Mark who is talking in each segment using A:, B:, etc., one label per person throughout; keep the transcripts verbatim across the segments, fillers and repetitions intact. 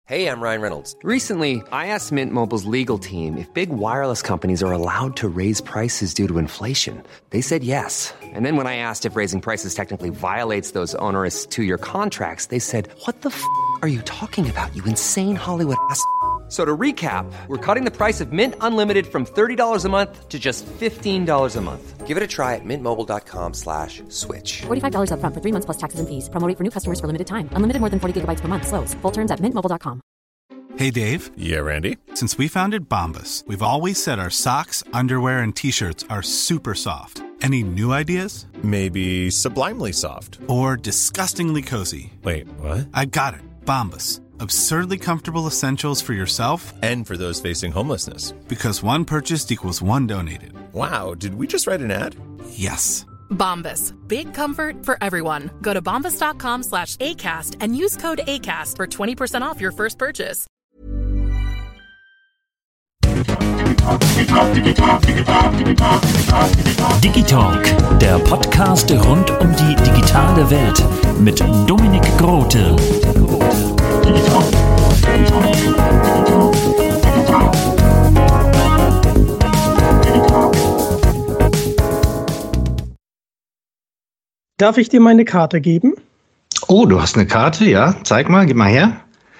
A: Hey, I'm Ryan Reynolds.
B: Recently, I asked Mint Mobile's legal team if big wireless companies are allowed to raise prices due to inflation. They said yes. And then when I asked if raising prices technically violates those onerous two-year contracts, they said, what the f*** are you talking about, you insane Hollywood ass f- So to recap, we're cutting the price of Mint Unlimited from thirty dollars a month to just fifteen dollars a month.
A: Give it a try at mintmobile.com slash switch.
C: forty-five dollars up front for three months plus taxes and fees. Promo rate for new customers for limited time. Unlimited more than forty gigabytes per month. Slows full terms at mint mobile dot com.
D: Hey, Dave.
E: Yeah, Randy.
D: Since we founded Bombas, we've always said our socks, underwear, and T-shirts are super soft. Any new ideas?
E: Maybe sublimely soft.
D: Or disgustingly cozy.
E: Wait, what?
D: I got it. Bombas. Absurdly comfortable essentials for yourself
E: and for those facing homelessness.
D: Because one purchased equals one donated.
E: Wow, did we just write an ad?
D: Yes.
F: Bombas. Big comfort for everyone. Go to bombas.com slash ACAST and use code ACAST for twenty percent off your first purchase.
G: Digitalk, der Podcast rund um die digitale Welt mit Dominik Grote.
H: Darf ich dir meine Karte geben?
I: Oh, du hast eine Karte, ja? Zeig mal, gib mal her.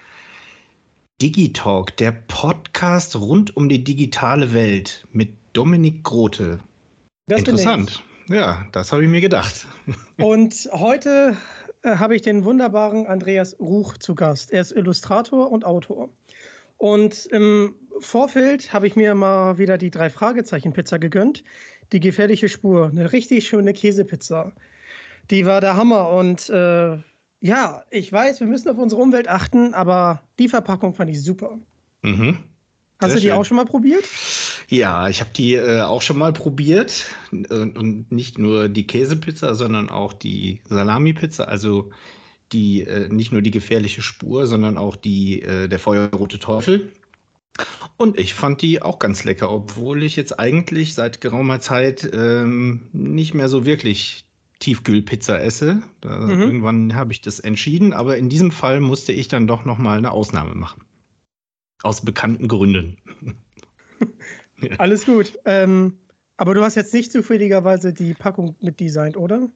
I: Digitalk, der Podcast rund um die digitale Welt mit Dominik Grote.
H: Das
I: Interessant. Ja, das habe ich mir gedacht.
H: Und heute äh, habe ich den wunderbaren Andreas Ruch zu Gast. Er ist Illustrator und Autor. Und im Vorfeld habe ich mir mal wieder die Drei-Fragezeichen-Pizza gegönnt. Die gefährliche Spur, eine richtig schöne Käsepizza. Die war der Hammer und äh, ja, ich weiß, wir müssen auf unsere Umwelt achten, aber die Verpackung fand ich super.
I: Mhm.
H: Hast du die
I: schön.
H: auch schon mal probiert?
I: Ja, ich habe die äh, auch schon mal probiert und, und nicht nur die Käsepizza, sondern auch die Salami-Pizza, also die äh, nicht nur die gefährliche Spur, sondern auch die äh, der feuerrote Teufel. Und ich fand die auch ganz lecker, obwohl ich jetzt eigentlich seit geraumer Zeit ähm, nicht mehr so wirklich Tiefkühlpizza esse. Da
H: Mhm.
I: Irgendwann habe ich das entschieden, aber in diesem Fall musste ich dann doch noch mal eine Ausnahme machen. Aus bekannten Gründen.
H: Alles gut. Ähm, aber du hast jetzt nicht zufälligerweise die Packung mitdesignt, oder?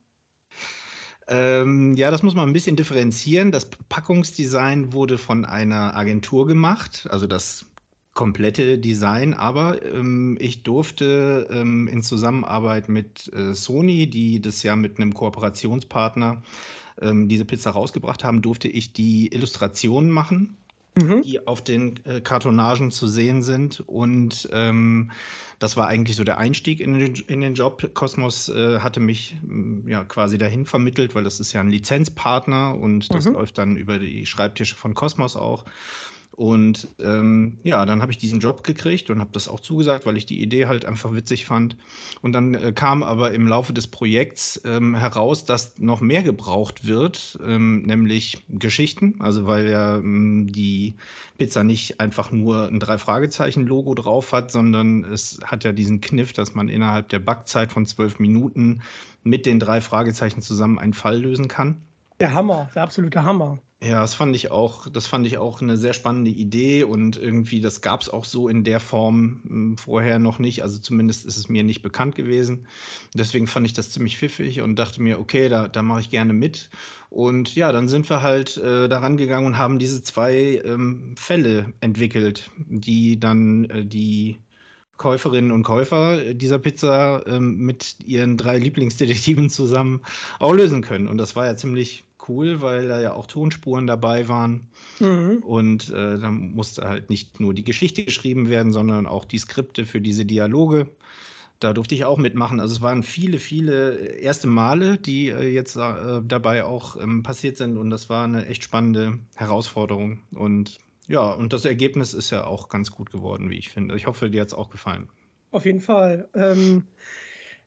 I: Ähm, ja, das muss man ein bisschen differenzieren. Das Packungsdesign wurde von einer Agentur gemacht, also das komplette Design, aber ähm, ich durfte ähm, in Zusammenarbeit mit äh, Sony, die das ja mit einem Kooperationspartner ähm, diese Pizza rausgebracht haben, durfte ich die Illustrationen machen,
H: Mhm.
I: die auf den äh, Kartonagen zu sehen sind. Und ähm, das war eigentlich so der Einstieg in den, in den Job. Cosmos äh, hatte mich m, ja quasi dahin vermittelt, weil das ist ja ein Lizenzpartner und das
H: Mhm.
I: läuft dann über die Schreibtische von Cosmos auch. Und ähm, ja, dann habe ich diesen Job gekriegt und habe das auch zugesagt, weil ich die Idee halt einfach witzig fand. Und dann äh, kam aber im Laufe des Projekts ähm, heraus, dass noch mehr gebraucht wird, ähm, nämlich Geschichten. Also weil ja ähm, die Pizza nicht einfach nur ein Drei-Fragezeichen-Logo drauf hat, sondern es hat ja diesen Kniff, dass man innerhalb der Backzeit von zwölf Minuten mit den drei Fragezeichen zusammen einen Fall lösen kann.
H: Der Hammer, der absolute Hammer.
I: Ja, das fand ich auch, das fand ich auch eine sehr spannende Idee und irgendwie, das gab es auch so in der Form m, vorher noch nicht. Also zumindest ist es mir nicht bekannt gewesen. Deswegen fand ich das ziemlich pfiffig und dachte mir, okay, da, da mache ich gerne mit. Und ja, dann sind wir halt äh, daran gegangen und haben diese zwei ähm, Fälle entwickelt, die dann äh, die Käuferinnen und Käufer dieser Pizza ähm, mit ihren drei Lieblingsdetektiven zusammen auch lösen können. Und das war ja ziemlich cool, weil da ja auch Tonspuren dabei waren.
H: Mhm.
I: Und äh, da musste halt nicht nur die Geschichte geschrieben werden, sondern auch die Skripte für diese Dialoge. Da durfte ich auch mitmachen. Also es waren viele, viele erste Male, die äh, jetzt äh, dabei auch ähm, passiert sind. Und das war eine echt spannende Herausforderung. Und ja, und das Ergebnis ist ja auch ganz gut geworden, wie ich finde. Ich hoffe, dir hat es auch gefallen.
H: Auf jeden Fall. Ähm,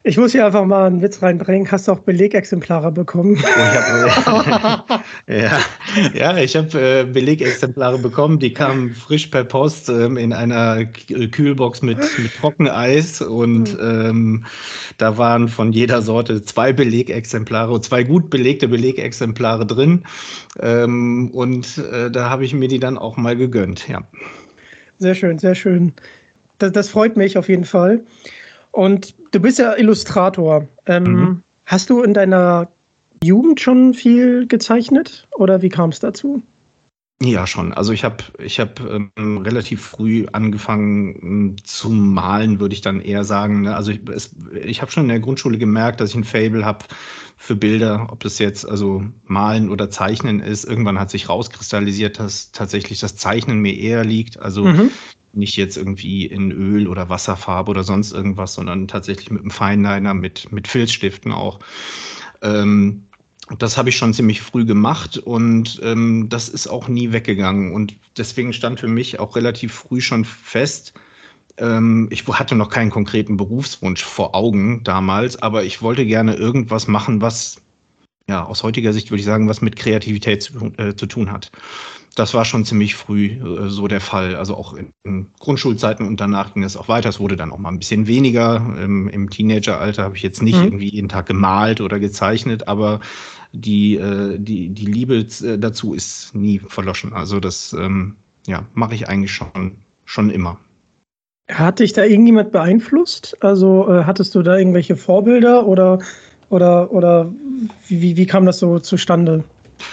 H: Ich muss hier einfach mal einen Witz reinbringen. Hast du auch Belegexemplare bekommen?
I: Ich hab, ja, ja, ich habe äh, Belegexemplare bekommen. Die kamen frisch per Post ähm, in einer Kühlbox mit, mit Trockeneis. Und ähm, da waren von jeder Sorte zwei Belegexemplare, zwei gut belegte Belegexemplare drin. Ähm, und äh, da habe ich mir die dann auch mal gegönnt. Ja.
H: Sehr schön, sehr schön. Das, das freut mich auf jeden Fall. Und du bist ja Illustrator. Ähm, mhm. Hast du in deiner Jugend schon viel gezeichnet oder wie kam es dazu?
I: Ja, schon. Also ich habe ich hab, ähm, relativ früh angefangen ähm, zu malen, würde ich dann eher sagen. Ne? Also ich, es, ich habe schon in der Grundschule gemerkt, dass ich ein Faible habe für Bilder, ob das jetzt also Malen oder Zeichnen ist. Irgendwann hat sich rauskristallisiert, dass tatsächlich das Zeichnen mir eher liegt. Also mhm. nicht jetzt irgendwie in Öl oder Wasserfarbe oder sonst irgendwas, sondern tatsächlich mit einem Feinliner, mit, mit Filzstiften auch. Ähm, das habe ich schon ziemlich früh gemacht und ähm, das ist auch nie weggegangen. Und deswegen stand für mich auch relativ früh schon fest, ähm, ich hatte noch keinen konkreten Berufswunsch vor Augen damals, aber ich wollte gerne irgendwas machen, was, ja, aus heutiger Sicht würde ich sagen, was mit Kreativität zu, äh, zu tun hat. Das war schon ziemlich früh äh, so der Fall. Also auch in, in Grundschulzeiten und danach ging es auch weiter. Es wurde dann auch mal ein bisschen weniger. Ähm, Im Teenageralter habe ich jetzt nicht mhm. irgendwie jeden Tag gemalt oder gezeichnet, aber die, äh, die, die Liebe dazu ist nie verloschen. Also das ähm, ja, mache ich eigentlich schon, schon immer.
H: Hat dich da irgendjemand beeinflusst? Also äh, hattest du da irgendwelche Vorbilder oder, oder, oder wie, wie kam das so zustande?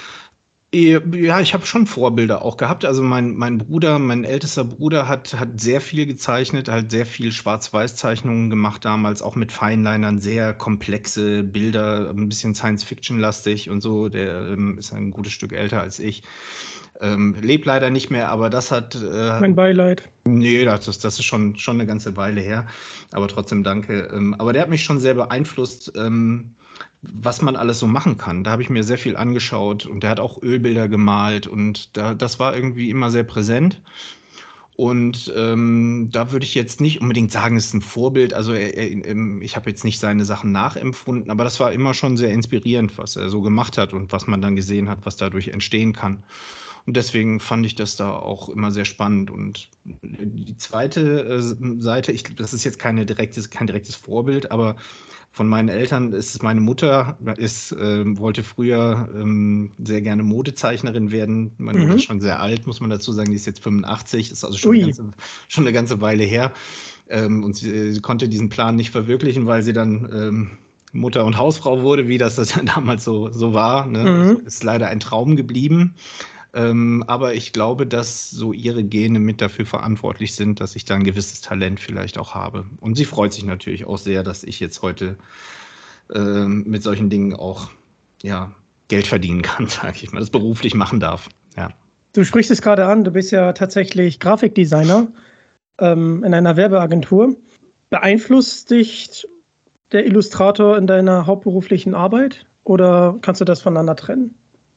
I: Ja, ich habe schon Vorbilder auch gehabt. Also mein, mein Bruder, mein ältester Bruder hat, hat sehr viel gezeichnet, halt sehr viel Schwarz-Weiß-Zeichnungen gemacht damals, auch mit Feinlinern, sehr komplexe Bilder, ein bisschen Science-Fiction-lastig und so. Der ähm, ist ein gutes Stück älter als ich. Ähm, lebt leider nicht mehr, aber das hat... Äh,
H: mein Beileid.
I: Nee, das, das ist schon, schon eine ganze Weile her. Aber trotzdem danke. Ähm, aber der hat mich schon sehr beeinflusst, ähm, was man alles so machen kann. Da habe ich mir sehr viel angeschaut und der hat auch Ölbilder gemalt und da, das war irgendwie immer sehr präsent. Und ähm, da würde ich jetzt nicht unbedingt sagen, es ist ein Vorbild. Also er, er, ich habe jetzt nicht seine Sachen nachempfunden, aber das war immer schon sehr inspirierend, was er so gemacht hat und was man dann gesehen hat, was dadurch entstehen kann. Und deswegen fand ich das da auch immer sehr spannend. Und die zweite äh, Seite, ich, das ist jetzt keine direktes, kein direktes Vorbild, aber von meinen Eltern ist es meine Mutter, ist, äh, wollte früher ähm, sehr gerne Modezeichnerin werden. Meine Mutter mhm. ist schon sehr alt, muss man dazu sagen, die ist jetzt fünfundachtzig, ist also schon, eine ganze, schon eine ganze Weile her. Ähm, und sie, sie konnte diesen Plan nicht verwirklichen, weil sie dann ähm, Mutter und Hausfrau wurde, wie das, das damals so, so war. Ne? Mhm. Ist leider ein Traum geblieben. Ähm, aber ich glaube, dass so ihre Gene mit dafür verantwortlich sind, dass ich da ein gewisses Talent vielleicht auch habe. Und sie freut sich natürlich auch sehr, dass ich jetzt heute äh, mit solchen Dingen auch ja, Geld verdienen kann, sage ich mal, das beruflich machen darf. Ja.
H: Du sprichst es gerade an, du bist ja tatsächlich Grafikdesigner ähm, in einer Werbeagentur. Beeinflusst dich der Illustrator in deiner hauptberuflichen Arbeit oder kannst du das voneinander trennen?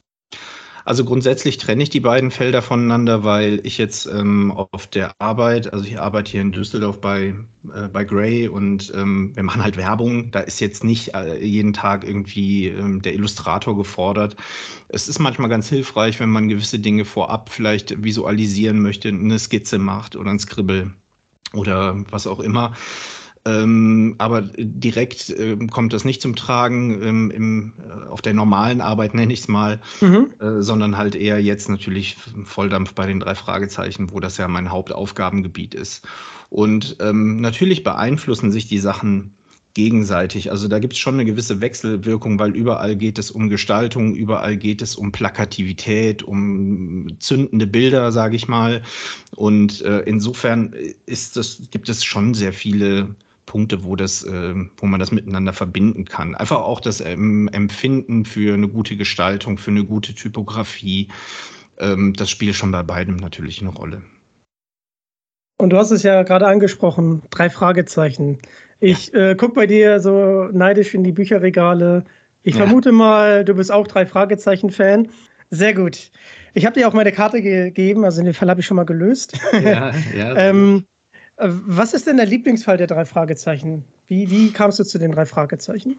I: Also grundsätzlich trenne ich die beiden Felder voneinander, weil ich jetzt ähm, auf der Arbeit, also ich arbeite hier in Düsseldorf bei, äh, bei Grey und ähm, wir machen halt Werbung. Da ist jetzt nicht äh, jeden Tag irgendwie ähm, der Illustrator gefordert. Es ist manchmal ganz hilfreich, wenn man gewisse Dinge vorab vielleicht visualisieren möchte, eine Skizze macht oder ein Scribble oder was auch immer. Ähm, aber direkt ähm, kommt das nicht zum Tragen ähm, im, äh, auf der normalen Arbeit, nenne ich es mal, mhm. äh, sondern halt eher jetzt natürlich Volldampf bei den drei Fragezeichen, wo das ja mein Hauptaufgabengebiet ist. Und ähm, natürlich beeinflussen sich die Sachen gegenseitig. Also da gibt es schon eine gewisse Wechselwirkung, weil überall geht es um Gestaltung, überall geht es um Plakativität, um zündende Bilder, sage ich mal. Und äh, insofern ist das, gibt es schon sehr viele Punkte, wo das, äh, wo man das miteinander verbinden kann. Einfach auch das ähm, Empfinden für eine gute Gestaltung, für eine gute Typografie. Ähm, das spielt schon bei beidem natürlich eine Rolle.
H: Und du hast es ja gerade angesprochen, drei Fragezeichen. Ich ja. äh, gucke bei dir so neidisch in die Bücherregale. Ich ja. vermute mal, du bist auch drei Fragezeichen-Fan. Sehr gut. Ich habe dir auch meine Karte gegeben, also den Fall habe ich schon mal gelöst. Ja, ja. ähm, was ist denn der Lieblingsfall der drei Fragezeichen? Wie, wie kamst du zu den drei Fragezeichen?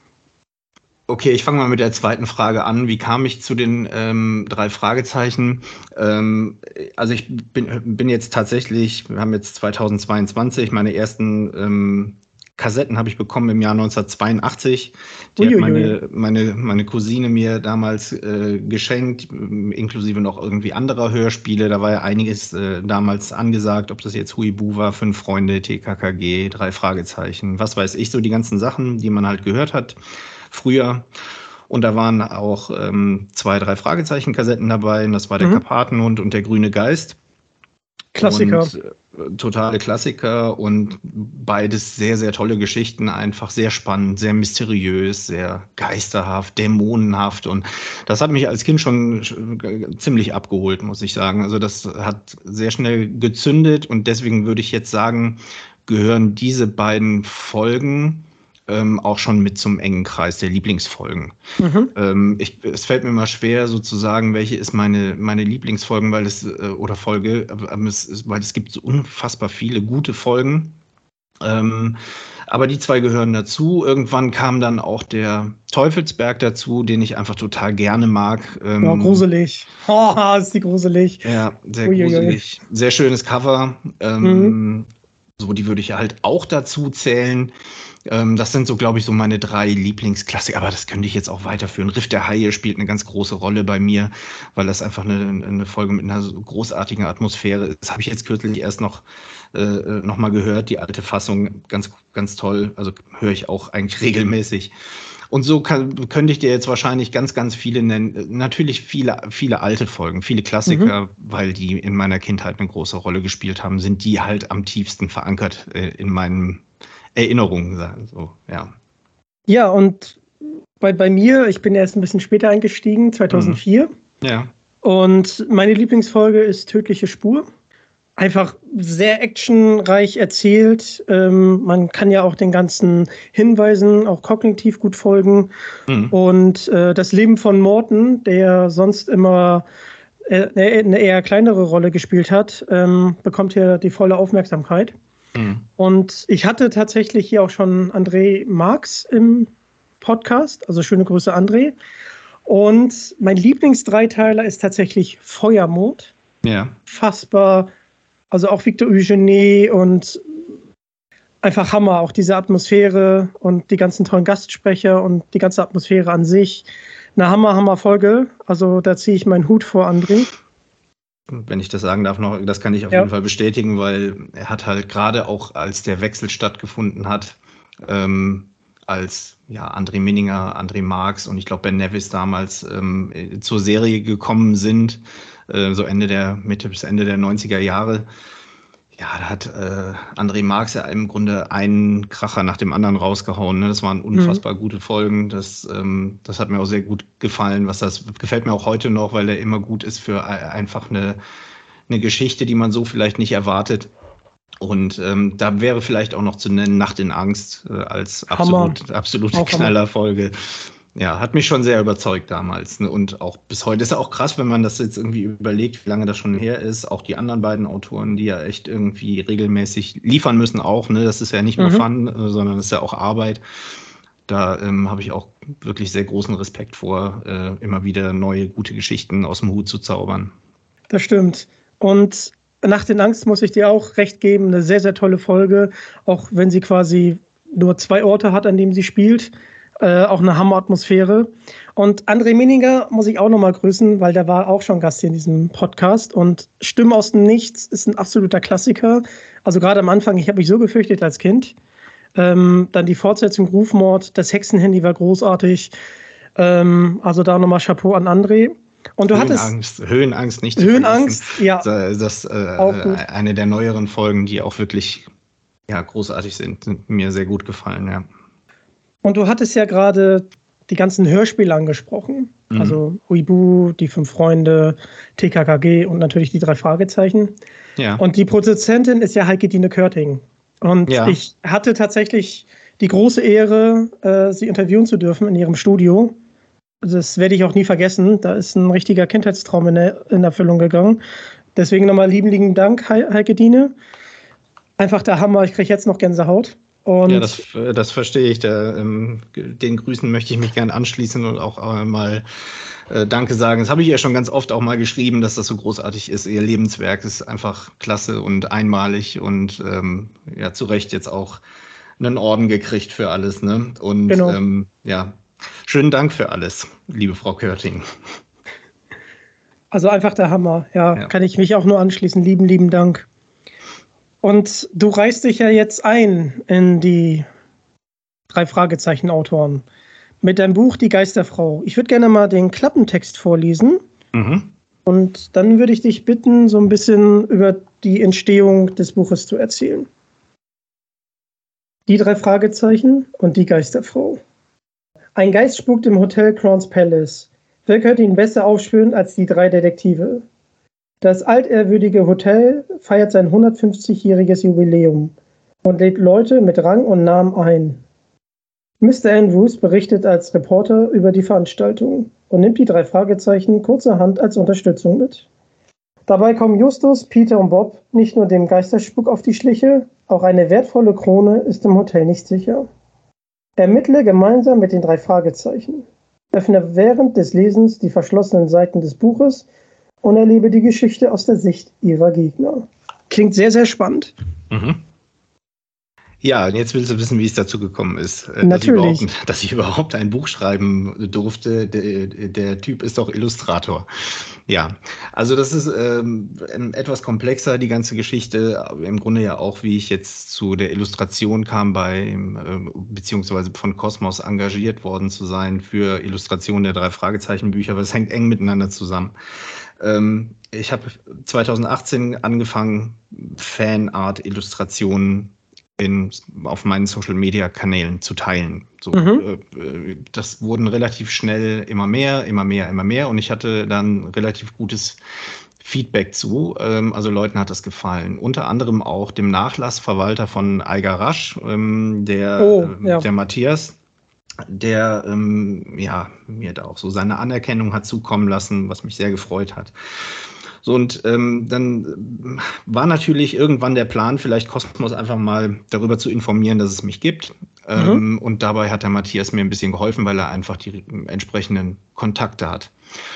I: Okay, ich fange mal mit der zweiten Frage an. Wie kam ich zu den ähm, drei Fragezeichen? Ähm, also ich bin, bin jetzt tatsächlich, wir haben jetzt zweitausendzweiundzwanzig, meine ersten ähm, Kassetten habe ich bekommen im Jahr neunzehnhundertzweiundachtzig. Die Uiuiui. hat meine, meine, meine Cousine mir damals äh, geschenkt, inklusive noch irgendwie anderer Hörspiele. Da war ja einiges äh, damals angesagt, ob das jetzt Huibu war, Fünf Freunde, T K K G, drei Fragezeichen, was weiß ich, so die ganzen Sachen, die man halt gehört hat früher. Und da waren auch ähm, zwei, drei Fragezeichen-Kassetten dabei. Und das war der mhm. Karpatenhund und der grüne Geist.
H: Klassiker.
I: Und, äh, totale Klassiker und beides sehr, sehr tolle Geschichten. Einfach sehr spannend, sehr mysteriös, sehr geisterhaft, dämonenhaft. Und das hat mich als Kind schon ziemlich abgeholt, muss ich sagen. Also das hat sehr schnell gezündet. Und deswegen würde ich jetzt sagen, gehören diese beiden Folgen Ähm, auch schon mit zum engen Kreis der Lieblingsfolgen. Mhm. Ähm, ich, es fällt mir mal schwer, so zu sagen, welche ist meine, meine Lieblingsfolgen, weil es, äh, oder Folge, äh, es, weil es gibt so unfassbar viele gute Folgen. Ähm, aber die zwei gehören dazu. Irgendwann kam dann auch der Teufelsberg dazu, den ich einfach total gerne mag. Ähm,
H: ja, gruselig. Oh, ist die gruselig.
I: Ja, sehr
H: Uiuiui.
I: gruselig. Sehr schönes Cover. Ähm, mhm. So, die würde ich halt auch dazu zählen. Ähm, das sind so, glaube ich, so meine drei Lieblingsklassiker. Aber das könnte ich jetzt auch weiterführen. Riff der Haie spielt eine ganz große Rolle bei mir, weil das einfach eine, eine Folge mit einer so großartigen Atmosphäre ist. Das habe ich jetzt kürzlich erst noch, äh, noch mal gehört. Die alte Fassung, ganz, ganz toll. Also höre ich auch eigentlich regelmäßig. Und so kann, könnte ich dir jetzt wahrscheinlich ganz, ganz viele nennen. Natürlich viele, viele alte Folgen, viele Klassiker, mhm. weil die in meiner Kindheit eine große Rolle gespielt haben, sind die halt am tiefsten verankert äh, in meinen Erinnerungen. So, ja.
H: Ja, und bei, bei mir, ich bin erst ein bisschen später eingestiegen, zweitausendvier.
I: Mhm. Ja.
H: Und meine Lieblingsfolge ist Tödliche Spur. Einfach sehr actionreich erzählt. Ähm, man kann ja auch den ganzen Hinweisen auch kognitiv gut folgen. Mhm. Und äh, das Leben von Morten, der sonst immer äh, eine eher kleinere Rolle gespielt hat, ähm, bekommt hier die volle Aufmerksamkeit. Mhm. Und ich hatte tatsächlich hier auch schon André Marx im Podcast. Also schöne Grüße, André. Und mein Lieblingsdreiteiler ist tatsächlich Feuermond.
I: Ja.
H: Fassbar. Also auch Victor Eugenie und einfach Hammer, auch diese Atmosphäre und die ganzen tollen Gastsprecher und die ganze Atmosphäre an sich. Eine Hammer, Hammer Folge. Also da ziehe ich meinen Hut vor, André.
I: Wenn ich das sagen darf noch, das kann ich auf ja. jeden Fall bestätigen, weil er hat halt gerade auch, als der Wechsel stattgefunden hat, ähm, als ja, André Minninger, André Marx und ich glaube Ben Nevis damals ähm, zur Serie gekommen sind, so Ende der, Mitte bis Ende der neunziger Jahre. Ja, da hat äh, André Marx ja im Grunde einen Kracher nach dem anderen rausgehauen. Ne? Das waren unfassbar mhm. gute Folgen. Das, ähm, das hat mir auch sehr gut gefallen. Was das gefällt mir auch heute noch, weil er immer gut ist für einfach eine, eine Geschichte, die man so vielleicht nicht erwartet. Und ähm, da wäre vielleicht auch noch zu nennen Nacht in Angst äh, als absolut, absolute Knallerfolge. Ja, hat mich schon sehr überzeugt damals. Ne? Und auch bis heute ist ja auch krass, wenn man das jetzt irgendwie überlegt, wie lange das schon her ist. Auch die anderen beiden Autoren, die ja echt irgendwie regelmäßig liefern müssen auch. Ne? Das ist ja nicht nur mhm. Fun, äh, sondern das ist ja auch Arbeit. Da ähm, habe ich auch wirklich sehr großen Respekt vor, äh, immer wieder neue, gute Geschichten aus dem Hut zu zaubern.
H: Das stimmt. Und Nacht in Angst muss ich dir auch recht geben. Eine sehr, sehr tolle Folge. Auch wenn sie quasi nur zwei Orte hat, an denen sie spielt. Äh, auch eine Hammeratmosphäre. Und André Minninger muss ich auch nochmal grüßen, weil der war auch schon Gast hier in diesem Podcast. Und Stimmen aus dem Nichts ist ein absoluter Klassiker. Also gerade am Anfang, ich habe mich so gefürchtet als Kind. Ähm, dann die Fortsetzung Rufmord, das Hexenhandy war großartig. Ähm, also da nochmal Chapeau an André. Und du
I: Höhenangst,
H: hattest
I: Höhenangst nicht zu
H: Höhenangst, ja.
I: Das ist äh, eine der neueren Folgen, die auch wirklich ja, großartig sind, sind mir sehr gut gefallen, ja.
H: Und du hattest ja gerade die ganzen Hörspiele angesprochen. Mhm. Also Huibu, die Fünf Freunde, T K K G und natürlich die drei Fragezeichen.
I: Ja.
H: Und die Produzentin ist ja Heike-Dine Körting. Und ja. ich hatte tatsächlich die große Ehre, äh, sie interviewen zu dürfen in ihrem Studio. Das werde ich auch nie vergessen. Da ist ein richtiger Kindheitstraum in, der, in Erfüllung gegangen. Deswegen nochmal lieben, lieben Dank, Heike-Dine. Einfach der Hammer. Ich kriege jetzt noch Gänsehaut. Und
I: ja, das, das verstehe ich. Da, ähm, den Grüßen möchte ich mich gern anschließen und auch äh, mal äh, Danke sagen. Das habe ich ja schon ganz oft auch mal geschrieben, dass das so großartig ist. Ihr Lebenswerk ist einfach klasse und einmalig und ähm, ja, zu Recht jetzt auch einen Orden gekriegt für alles. Ne? Und
H: genau.
I: ähm, ja, schönen Dank für alles, liebe Frau Körting.
H: Also einfach der Hammer. Ja,
I: Ja.
H: kann ich mich auch nur anschließen. Lieben, lieben Dank. Und du reichst dich ja jetzt ein in die drei Fragezeichen-Autoren mit deinem Buch Die Geisterfrau. Ich würde gerne mal den Klappentext vorlesen.
I: Mhm.
H: Und dann würde ich dich bitten, so ein bisschen über die Entstehung des Buches zu erzählen. Die drei Fragezeichen und die Geisterfrau. Ein Geist spukt im Hotel Crowns Palace. Wer könnte ihn besser aufspüren als die drei Detektive? Das altehrwürdige Hotel feiert sein hundertfünfzigjähriges Jubiläum und lädt Leute mit Rang und Namen ein. Mister Andrews berichtet als Reporter über die Veranstaltung und nimmt die drei Fragezeichen kurzerhand als Unterstützung mit. Dabei kommen Justus, Peter und Bob nicht nur dem Geisterspuk auf die Schliche, auch eine wertvolle Krone ist im Hotel nicht sicher. Ermittle gemeinsam mit den drei Fragezeichen. Öffne während des Lesens die verschlossenen Seiten des Buches und erlebe die Geschichte aus der Sicht ihrer Gegner. Klingt sehr, sehr spannend.
I: Mhm. Ja, und jetzt willst du wissen, wie es dazu gekommen ist, äh, dass
H: Natürlich.
I: ich, überhaupt, dass ich überhaupt ein Buch schreiben durfte. Der, der Typ ist doch Illustrator. Ja, also das ist ähm, etwas komplexer, die ganze Geschichte. Im Grunde ja auch, wie ich jetzt zu der Illustration kam, bei äh, beziehungsweise von Kosmos engagiert worden zu sein für Illustration der drei Fragezeichen-Bücher, aber es hängt eng miteinander zusammen. Ähm, ich habe zweitausendachtzehn angefangen, Fanart-Illustrationen in, auf meinen Social-Media-Kanälen zu teilen. So,
H: Mhm.
I: äh, das wurden relativ schnell immer mehr, immer mehr, immer mehr und ich hatte dann relativ gutes Feedback zu. Ähm, also Leuten hat das gefallen. Unter anderem auch dem Nachlassverwalter von Eiger Rasch, ähm, der,
H: Oh, ja.
I: der Matthias, der ähm, ja, mir da auch so seine Anerkennung hat zukommen lassen, was mich sehr gefreut hat. So, und ähm, dann war natürlich irgendwann der Plan, vielleicht Kosmos einfach mal darüber zu informieren, dass es mich gibt.
H: Mhm.
I: Ähm, und dabei hat der Matthias mir ein bisschen geholfen, weil er einfach die entsprechenden Kontakte hat.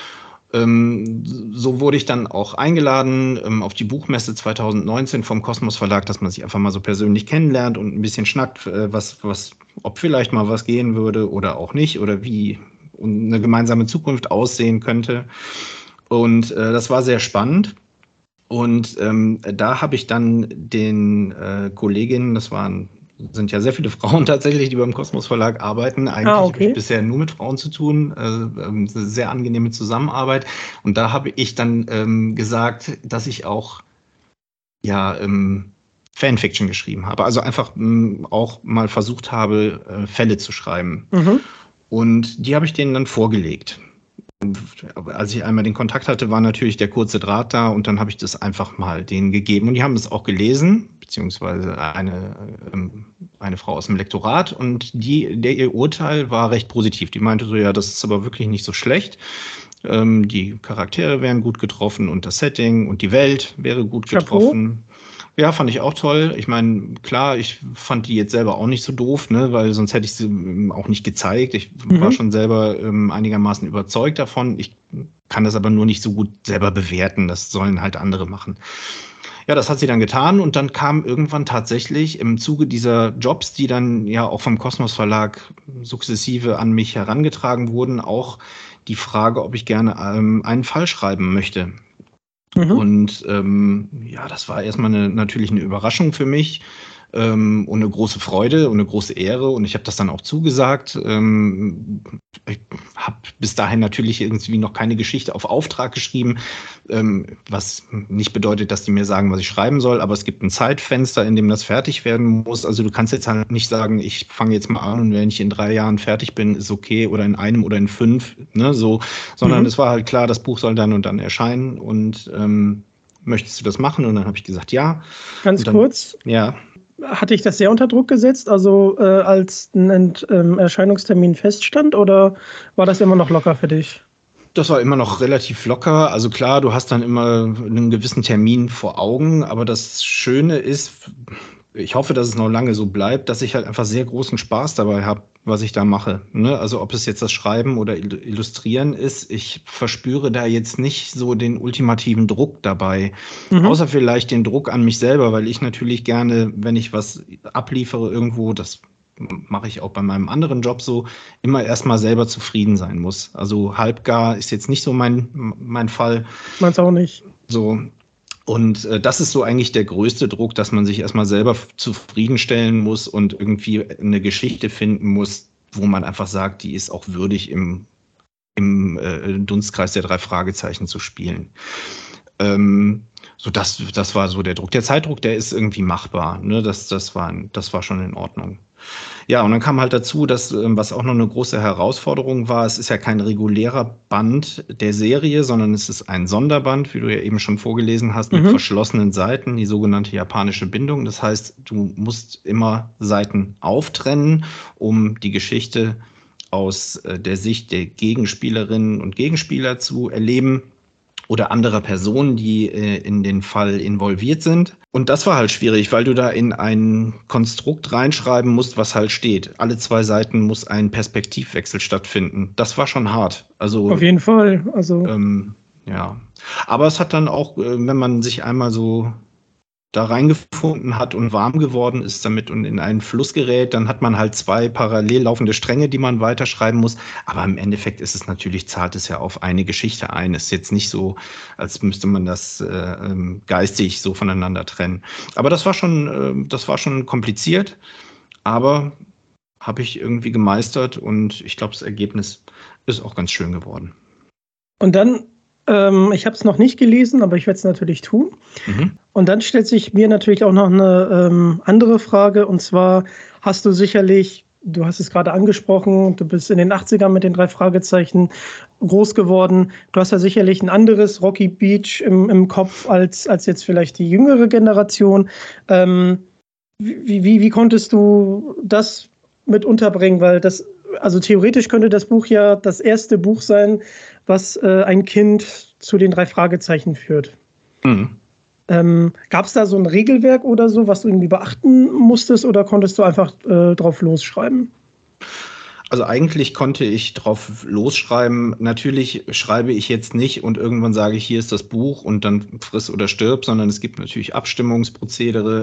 I: Ähm, so wurde ich dann auch eingeladen ähm, auf die Buchmesse zweitausendneunzehn vom Kosmos Verlag, dass man sich einfach mal so persönlich kennenlernt und ein bisschen schnackt, äh, was, was, ob vielleicht mal was gehen würde oder auch nicht oder wie eine gemeinsame Zukunft aussehen könnte. Und äh, das war sehr spannend. Und ähm, da habe ich dann den äh, Kolleginnen, das waren sind ja sehr viele Frauen tatsächlich, die beim Kosmos Verlag arbeiten. Eigentlich
H: Ah,
I: habe
H: okay.
I: ich bisher nur mit Frauen zu tun. Äh, ähm, eine sehr angenehme Zusammenarbeit. Und da habe ich dann ähm, gesagt, dass ich auch ja ähm, Fanfiction geschrieben habe. Also einfach ähm, auch mal versucht habe, äh, Fälle zu schreiben.
H: Mhm.
I: Und die habe ich denen dann vorgelegt. Als ich einmal den Kontakt hatte, war natürlich der kurze Draht da und dann habe ich das einfach mal denen gegeben. Und die haben das auch gelesen, beziehungsweise eine, ähm, eine Frau aus dem Lektorat. Und die, der, ihr Urteil war recht positiv. Die meinte so, ja, das ist aber wirklich nicht so schlecht. Ähm, die Charaktere wären gut getroffen und das Setting und die Welt wäre gut
H: Chapeau.
I: getroffen. Ja, fand ich auch toll. Ich meine, klar, ich fand die jetzt selber auch nicht so doof, ne, weil sonst hätte ich sie ähm, auch nicht gezeigt. Ich
H: Mhm.
I: war schon selber ähm, einigermaßen überzeugt davon. Ich kann das aber nur nicht so gut selber bewerten. Das sollen halt andere machen. Ja, das hat sie dann getan und dann kam irgendwann tatsächlich im Zuge dieser Jobs, die dann ja auch vom Kosmos Verlag sukzessive an mich herangetragen wurden, auch die Frage, ob ich gerne ähm, einen Fall schreiben möchte.
H: Mhm.
I: Und ähm, ja, das war erstmal eine, natürlich eine Überraschung für mich ähm, und eine große Freude und eine große Ehre. Und ich habe das dann auch zugesagt. Ähm, ich habe bis dahin natürlich irgendwie noch keine Geschichte auf Auftrag geschrieben, ähm, was nicht bedeutet, dass die mir sagen, was ich schreiben soll. Aber es gibt ein Zeitfenster, in dem das fertig werden muss. Also du kannst jetzt halt nicht sagen, ich fange jetzt mal an und wenn ich in drei Jahren fertig bin, ist okay. Oder in einem oder in fünf, ne, so. Sondern
H: Mhm.
I: es war halt klar, das Buch soll dann und dann erscheinen. Und ähm, möchtest du das machen? Und dann habe ich gesagt, ja.
H: Ganz
I: Und dann,
H: kurz,
I: Ja.
H: hatte ich das sehr unter Druck gesetzt, also äh, als ein Ent- ähm, Erscheinungstermin feststand, oder war das immer noch locker für dich?
I: Das war immer noch relativ locker. Also klar, du hast dann immer einen gewissen Termin vor Augen, aber das Schöne ist, ich hoffe, dass es noch lange so bleibt, dass ich halt einfach sehr großen Spaß dabei habe, was ich da mache. Ne? Also ob es jetzt das Schreiben oder Illustrieren ist, ich verspüre da jetzt nicht so den ultimativen Druck dabei. Mhm. Außer vielleicht den Druck an mich selber, weil ich natürlich gerne, wenn ich was abliefere irgendwo, das mache ich auch bei meinem anderen Job so, immer erstmal selber zufrieden sein muss. Also halbgar ist jetzt nicht so mein, mein Fall.
H: Meins auch nicht.
I: So. Und äh, das ist so eigentlich der größte Druck, dass man sich erstmal selber zufriedenstellen muss und irgendwie eine Geschichte finden muss, wo man einfach sagt, die ist auch würdig im, im äh, Dunstkreis der drei Fragezeichen zu spielen. Ähm, so das, das war so der Druck. Der Zeitdruck, der ist irgendwie machbar. Ne? Das, das, war, das war schon in Ordnung. Ja, und dann kam halt dazu, dass, was auch noch eine große Herausforderung war, es ist ja kein regulärer Band der Serie, sondern es ist ein Sonderband, wie du ja eben schon vorgelesen hast, mit mhm. verschlossenen Seiten, die sogenannte japanische Bindung. Das heißt, du musst immer Seiten auftrennen, um die Geschichte aus der Sicht der Gegenspielerinnen und Gegenspieler zu erleben oder anderer Personen, die äh, in den Fall involviert sind. Und das war halt schwierig, weil du da in ein Konstrukt reinschreiben musst, was halt steht. Alle zwei Seiten muss ein Perspektivwechsel stattfinden. Das war schon hart. Also
H: auf jeden Fall. Also
I: ähm, ja, aber es hat dann auch, äh, wenn man sich einmal so da reingefunden hat und warm geworden ist damit und in einen Fluss gerät, dann hat man halt zwei parallel laufende Stränge, die man weiterschreiben muss. Aber im Endeffekt ist es natürlich, zahlt es ja auf eine Geschichte ein. Es ist jetzt nicht so, als müsste man das äh, geistig so voneinander trennen. Aber das war schon, äh, das war schon kompliziert, aber habe ich irgendwie gemeistert und ich glaube, das Ergebnis ist auch ganz schön geworden.
H: Und dann, ähm, ich habe es noch nicht gelesen, aber ich werde es natürlich tun. Mhm. Und dann stellt sich mir natürlich auch noch eine ähm, andere Frage, und zwar hast du sicherlich, du hast es gerade angesprochen, du bist in den achtzigern mit den drei Fragezeichen groß geworden. Du hast ja sicherlich ein anderes Rocky Beach im, im Kopf als, als jetzt vielleicht die jüngere Generation. Ähm, wie, wie, wie konntest du das mit unterbringen? Weil das, also theoretisch könnte das Buch ja das erste Buch sein, was äh, ein Kind zu den drei Fragezeichen führt. Mhm. Ähm, gab es da so ein Regelwerk oder so, was du irgendwie beachten musstest, oder konntest du einfach äh, drauf losschreiben?
I: Also eigentlich konnte ich drauf losschreiben. Natürlich schreibe ich jetzt nicht und irgendwann sage ich, hier ist das Buch und dann friss oder stirb, sondern es gibt natürlich Abstimmungsprozedere.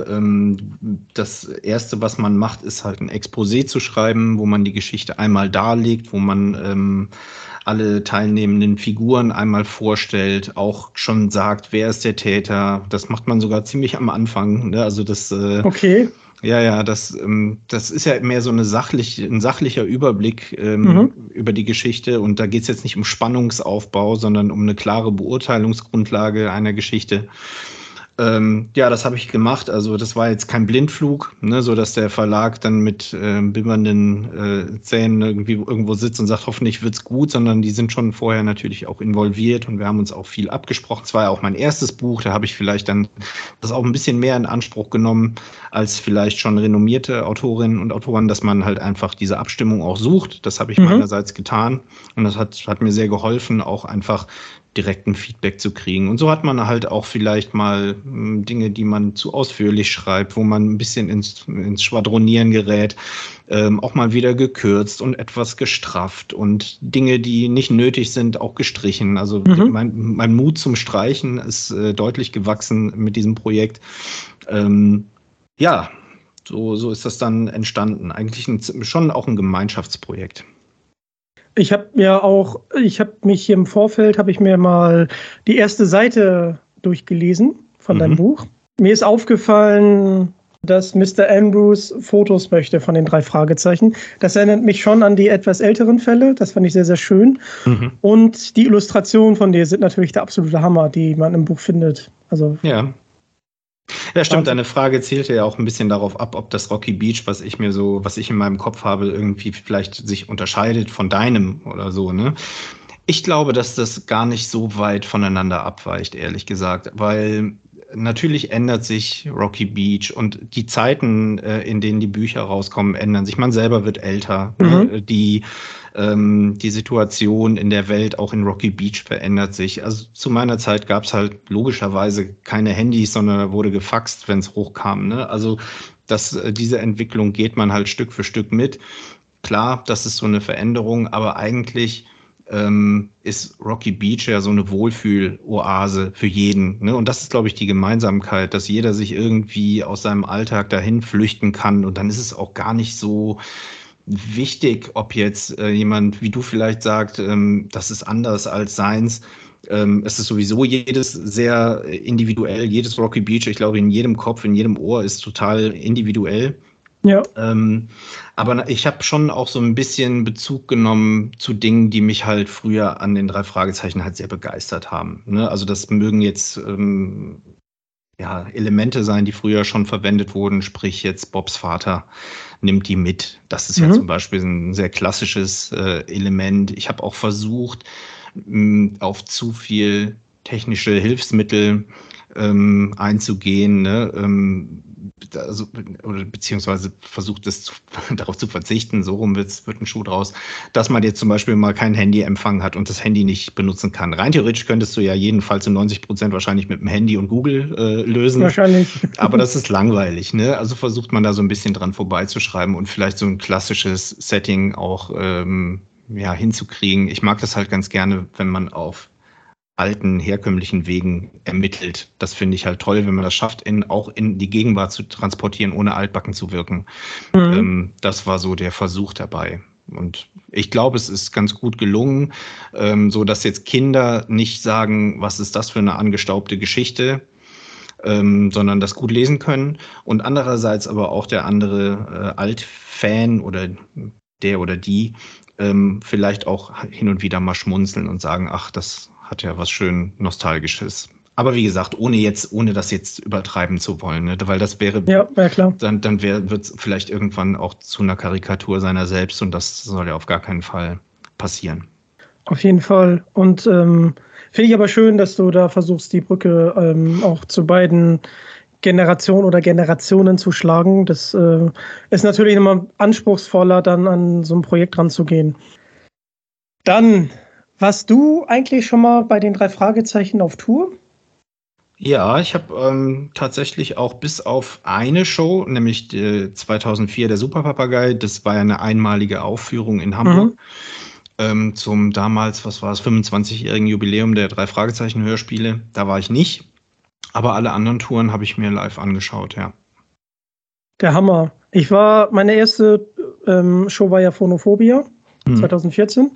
I: Das Erste, was man macht, ist halt ein Exposé zu schreiben, wo man die Geschichte einmal darlegt, wo man alle teilnehmenden Figuren einmal vorstellt, auch schon sagt, wer ist der Täter. Das macht man sogar ziemlich am Anfang. Ne? Also das.
H: Okay.
I: Ja, ja, das, das ist ja mehr so eine sachlich, ein sachlicher Überblick ähm, mhm. über die Geschichte. Und da geht es jetzt nicht um Spannungsaufbau, sondern um eine klare Beurteilungsgrundlage einer Geschichte. Ähm, ja, das habe ich gemacht. Also das war jetzt kein Blindflug, ne, so dass der Verlag dann mit äh, bimmernden äh, Zähnen irgendwie irgendwo sitzt und sagt, hoffentlich wird's gut, sondern die sind schon vorher natürlich auch involviert und wir haben uns auch viel abgesprochen. Es war ja auch mein erstes Buch, da habe ich vielleicht dann das auch ein bisschen mehr in Anspruch genommen als vielleicht schon renommierte Autorinnen und Autoren, dass man halt einfach diese Abstimmung auch sucht. Das habe ich mhm. meinerseits getan und das hat, hat mir sehr geholfen, auch einfach direkten Feedback zu kriegen. Und so hat man halt auch vielleicht mal mh, Dinge, die man zu ausführlich schreibt, wo man ein bisschen ins, ins Schwadronieren gerät, ähm, auch mal wieder gekürzt und etwas gestrafft und Dinge, die nicht nötig sind, auch gestrichen. Also mhm. mein, mein Mut zum Streichen ist äh, deutlich gewachsen mit diesem Projekt. Ähm, ja, so, so ist das dann entstanden. Eigentlich ein, schon auch ein Gemeinschaftsprojekt.
H: Ich habe mir auch, ich habe mich hier im Vorfeld, habe ich mir mal die erste Seite durchgelesen von mhm. deinem Buch. Mir ist aufgefallen, dass Mister Andrews Fotos möchte von den drei Fragezeichen. Das erinnert mich schon an die etwas älteren Fälle. Das fand ich sehr, sehr schön. Mhm. Und die Illustrationen von dir sind natürlich der absolute Hammer, die man im Buch findet. Also
I: ja. Ja, stimmt. Deine Frage zielte ja auch ein bisschen darauf ab, ob das Rocky Beach, was ich mir so, was ich in meinem Kopf habe, irgendwie vielleicht sich unterscheidet von deinem oder so, ne? Ich glaube, dass das gar nicht so weit voneinander abweicht, ehrlich gesagt, weil natürlich ändert sich Rocky Beach und die Zeiten, äh, in denen die Bücher rauskommen, ändern sich. Man selber wird älter. Mhm. Äh, die, ähm, die Situation in der Welt, auch in Rocky Beach, verändert sich. Also zu meiner Zeit gab es halt logischerweise keine Handys, sondern da wurde gefaxt, wenn es hochkam. Ne? Also das, äh, diese Entwicklung geht man halt Stück für Stück mit. Klar, das ist so eine Veränderung, aber eigentlich ähm, ist Rocky Beach ja so eine Wohlfühl-Oase für jeden. Ne? Und das ist, glaube ich, die Gemeinsamkeit, dass jeder sich irgendwie aus seinem Alltag dahin flüchten kann. Und dann ist es auch gar nicht so wichtig, ob jetzt äh, jemand, wie du vielleicht sagst, ähm, das ist anders als seins. Ähm, es ist sowieso jedes sehr individuell, jedes Rocky Beach, ich glaube, in jedem Kopf, in jedem Ohr ist total individuell. Ja. Ähm, aber ich habe schon auch so ein bisschen Bezug genommen zu Dingen, die mich halt früher an den drei Fragezeichen halt sehr begeistert haben. Ne? Also das mögen jetzt ähm, ja, Elemente sein, die früher schon verwendet wurden, sprich jetzt Bobs Vater nimmt die mit. Das ist mhm. ja zum Beispiel ein sehr klassisches äh, Element. Ich habe auch versucht, mh, auf zu viel technische Hilfsmittel ähm, einzugehen, ne? ähm, Also, oder beziehungsweise versucht es zu, darauf zu verzichten, so rum wird's, wird ein Schuh draus, dass man jetzt zum Beispiel mal kein Handyempfang hat und das Handy nicht benutzen kann. Rein theoretisch könntest du ja jedenfalls zu neunzig Prozent wahrscheinlich mit dem Handy und Google äh, lösen. Wahrscheinlich. Aber das ist langweilig, ne? Also versucht man da so ein bisschen dran vorbeizuschreiben und vielleicht so ein klassisches Setting auch ähm, ja, hinzukriegen. Ich mag das halt ganz gerne, wenn man auf alten, herkömmlichen Wegen ermittelt. Das finde ich halt toll, wenn man das schafft, in, auch in die Gegenwart zu transportieren, ohne altbacken zu wirken. Mhm. Ähm, das war so der Versuch dabei. Und ich glaube, es ist ganz gut gelungen, ähm, so dass jetzt Kinder nicht sagen, was ist das für eine angestaubte Geschichte, ähm, sondern das gut lesen können. Und andererseits aber auch der andere äh, Altfan oder der oder die ähm, vielleicht auch hin und wieder mal schmunzeln und sagen, ach, das hat ja was schön Nostalgisches. Aber wie gesagt, ohne jetzt, ohne das jetzt übertreiben zu wollen, ne? Weil das wäre, ja, ja klar. Dann, dann wird es vielleicht irgendwann auch zu einer Karikatur seiner selbst und das soll ja auf gar keinen Fall passieren.
H: Auf jeden Fall. Und ähm, finde ich aber schön, dass du da versuchst, die Brücke ähm, auch zu beiden Generationen oder Generationen zu schlagen. Das äh, ist natürlich immer anspruchsvoller, dann an so ein Projekt ranzugehen. Dann warst du eigentlich schon mal bei den drei Fragezeichen auf Tour?
I: Ja, ich habe ähm, tatsächlich auch bis auf eine Show, nämlich äh, zweitausendvier der Superpapagei, das war ja eine einmalige Aufführung in Hamburg, mhm. ähm, zum damals, was war es, fünfundzwanzigjährigen Jubiläum der drei Fragezeichen Hörspiele. Da war ich nicht, aber alle anderen Touren habe ich mir live angeschaut, ja.
H: Der Hammer. Ich war, meine erste ähm, Show war ja Phonophobia, mhm. zweitausendvierzehn.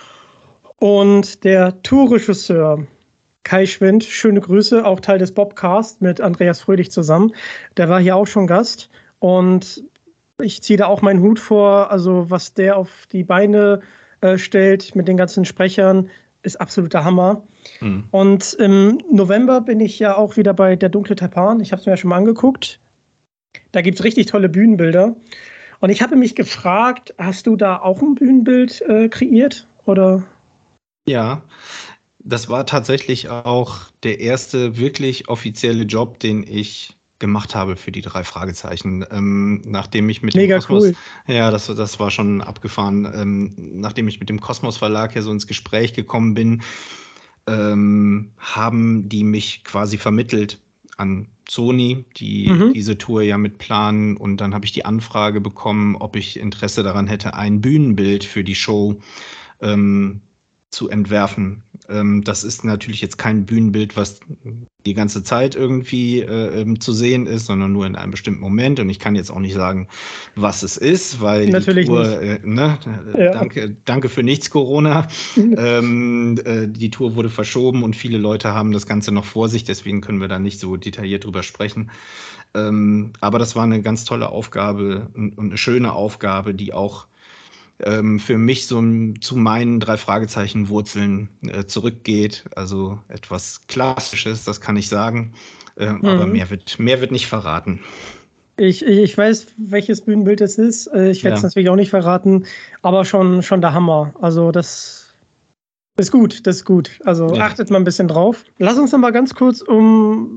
H: Und der Tourregisseur Kai Schwind, schöne Grüße, auch Teil des Bobcast mit Andreas Fröhlich zusammen. Der war hier auch schon Gast und ich ziehe da auch meinen Hut vor. Also was der auf die Beine äh, stellt mit den ganzen Sprechern, ist absoluter Hammer. Mhm. Und im November bin ich ja auch wieder bei Der dunkle Taipan. Ich habe es mir ja schon mal angeguckt. Da gibt es richtig tolle Bühnenbilder. Und ich habe mich gefragt, hast du da auch ein Bühnenbild äh, kreiert oder?
I: Ja, das war tatsächlich auch der erste wirklich offizielle Job, den ich gemacht habe für die drei Fragezeichen. Ähm, nachdem ich mit
H: Mega
I: dem Kosmos,
H: cool.
I: Ja, das, das war schon abgefahren. Ähm, nachdem ich mit dem Kosmos Verlag ja so ins Gespräch gekommen bin, ähm, haben die mich quasi vermittelt an Sony, die mhm. diese Tour ja mit planen. Und dann habe ich die Anfrage bekommen, ob ich Interesse daran hätte, ein Bühnenbild für die Show ähm, zu entwerfen. Ähm, das ist natürlich jetzt kein Bühnenbild, was die ganze Zeit irgendwie äh, zu sehen ist, sondern nur in einem bestimmten Moment. Und ich kann jetzt auch nicht sagen, was es ist, weil
H: natürlich
I: die Tour, äh, ne, ja. danke, danke für nichts, Corona. ähm, äh, die Tour wurde verschoben und viele Leute haben das Ganze noch vor sich, deswegen können wir da nicht so detailliert drüber sprechen. Ähm, aber das war eine ganz tolle Aufgabe und, und eine schöne Aufgabe, die auch für mich so zu meinen drei Fragezeichen Wurzeln äh, zurückgeht. Also etwas Klassisches, das kann ich sagen. Äh, mhm. Aber mehr wird, mehr wird nicht verraten.
H: Ich, ich weiß, welches Bühnenbild es ist. Ich werde es ja. natürlich auch nicht verraten, aber schon, schon der Hammer. Also das ist gut, das ist gut. Also ja. achtet mal ein bisschen drauf. Lass uns noch mal ganz kurz um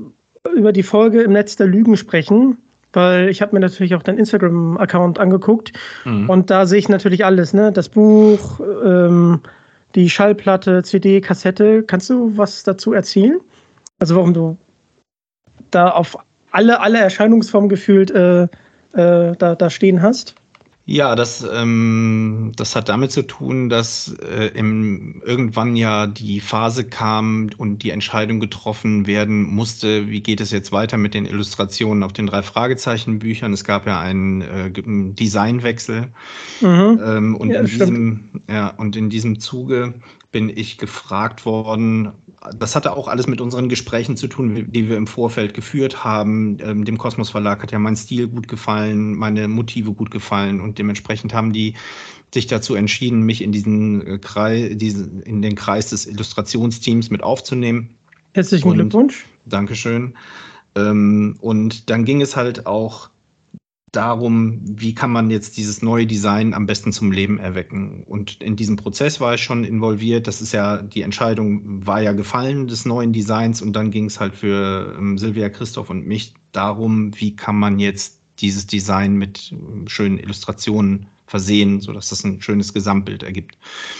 H: über die Folge im Netz der Lügen sprechen, weil ich habe mir natürlich auch deinen Instagram-Account angeguckt mhm. und da sehe ich natürlich alles, ne? Das Buch, ähm, die Schallplatte, C D, Kassette. Kannst du was dazu erzählen? Also warum du da auf alle, alle Erscheinungsformen gefühlt äh, äh, da, da stehen hast?
I: Ja, das, ähm, das hat damit zu tun, dass äh, im, irgendwann ja die Phase kam und die Entscheidung getroffen werden musste, wie geht es jetzt weiter mit den Illustrationen auf den drei Fragezeichen-Büchern. Es gab ja einen äh, Designwechsel. Mhm. Ähm, und, ja, in diesem, ja, und in diesem Zuge bin ich gefragt worden. Das hatte auch alles mit unseren Gesprächen zu tun, die wir im Vorfeld geführt haben. Ähm, dem Kosmos Verlag hat ja mein Stil gut gefallen, meine Motive gut gefallen und dementsprechend haben die sich dazu entschieden, mich in diesen Kreis, diesen, in den Kreis des Illustrationsteams mit aufzunehmen.
H: Herzlichen und Glückwunsch.
I: Dankeschön. Ähm, und dann ging es halt auch darum, wie kann man jetzt dieses neue Design am besten zum Leben erwecken. Und in diesem Prozess war ich schon involviert. Das ist ja, die Entscheidung war ja gefallen des neuen Designs und dann ging es halt für ähm, Silvia, Christoph und mich darum, wie kann man jetzt dieses Design mit ähm, schönen Illustrationen versehen, sodass das ein schönes Gesamtbild ergibt.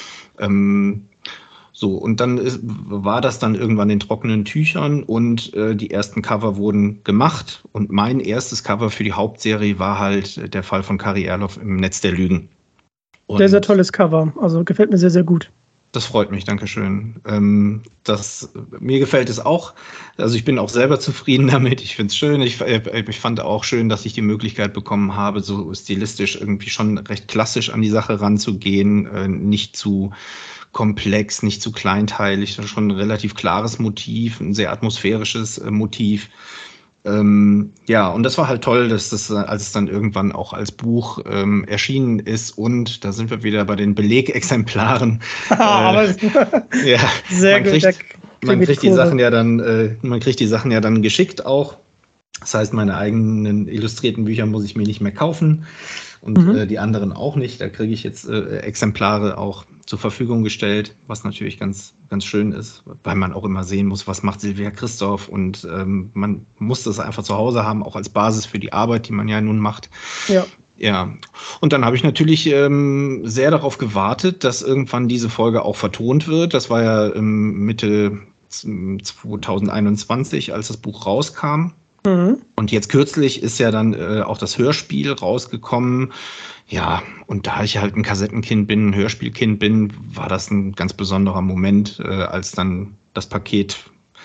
I: Ähm, So, und dann ist, war das dann irgendwann in trockenen Tüchern und äh, die ersten Cover wurden gemacht. Und mein erstes Cover für die Hauptserie war halt der Fall von Kari Erloff im Netz der Lügen. Und
H: sehr, sehr tolles Cover. Also gefällt mir sehr, sehr gut.
I: Das freut mich, Dankeschön. Ähm, das, mir gefällt es auch. Also ich bin auch selber zufrieden damit. Ich finde es schön. Ich, ich fand auch schön, dass ich die Möglichkeit bekommen habe, so stilistisch irgendwie schon recht klassisch an die Sache ranzugehen, äh, nicht zu komplex, nicht zu kleinteilig, das ist schon ein relativ klares Motiv, ein sehr atmosphärisches äh, Motiv. Ähm, ja, und das war halt toll, dass das, als es dann irgendwann auch als Buch ähm, erschienen ist und da sind wir wieder bei den Belegexemplaren. äh, ja,
H: sehr
I: man
H: gut.
I: Kriegt, man kriegt die Sachen ja dann, äh, man kriegt die Sachen ja dann geschickt auch. Das heißt, meine eigenen illustrierten Bücher muss ich mir nicht mehr kaufen und mhm. äh, die anderen auch nicht. Da kriege ich jetzt äh, Exemplare auch zur Verfügung gestellt, was natürlich ganz, ganz schön ist, weil man auch immer sehen muss, was macht Silvia Christoph und ähm, man muss das einfach zu Hause haben, auch als Basis für die Arbeit, die man ja nun macht.
H: Ja.
I: Ja, und dann habe ich natürlich ähm, sehr darauf gewartet, dass irgendwann diese Folge auch vertont wird. Das war ja ähm, Mitte zwanzig einundzwanzig, als das Buch rauskam. Mhm. Und jetzt kürzlich ist ja dann äh, auch das Hörspiel rausgekommen. Ja, und da ich halt ein Kassettenkind bin, ein Hörspielkind bin, war das ein ganz besonderer Moment, äh, als dann das Paket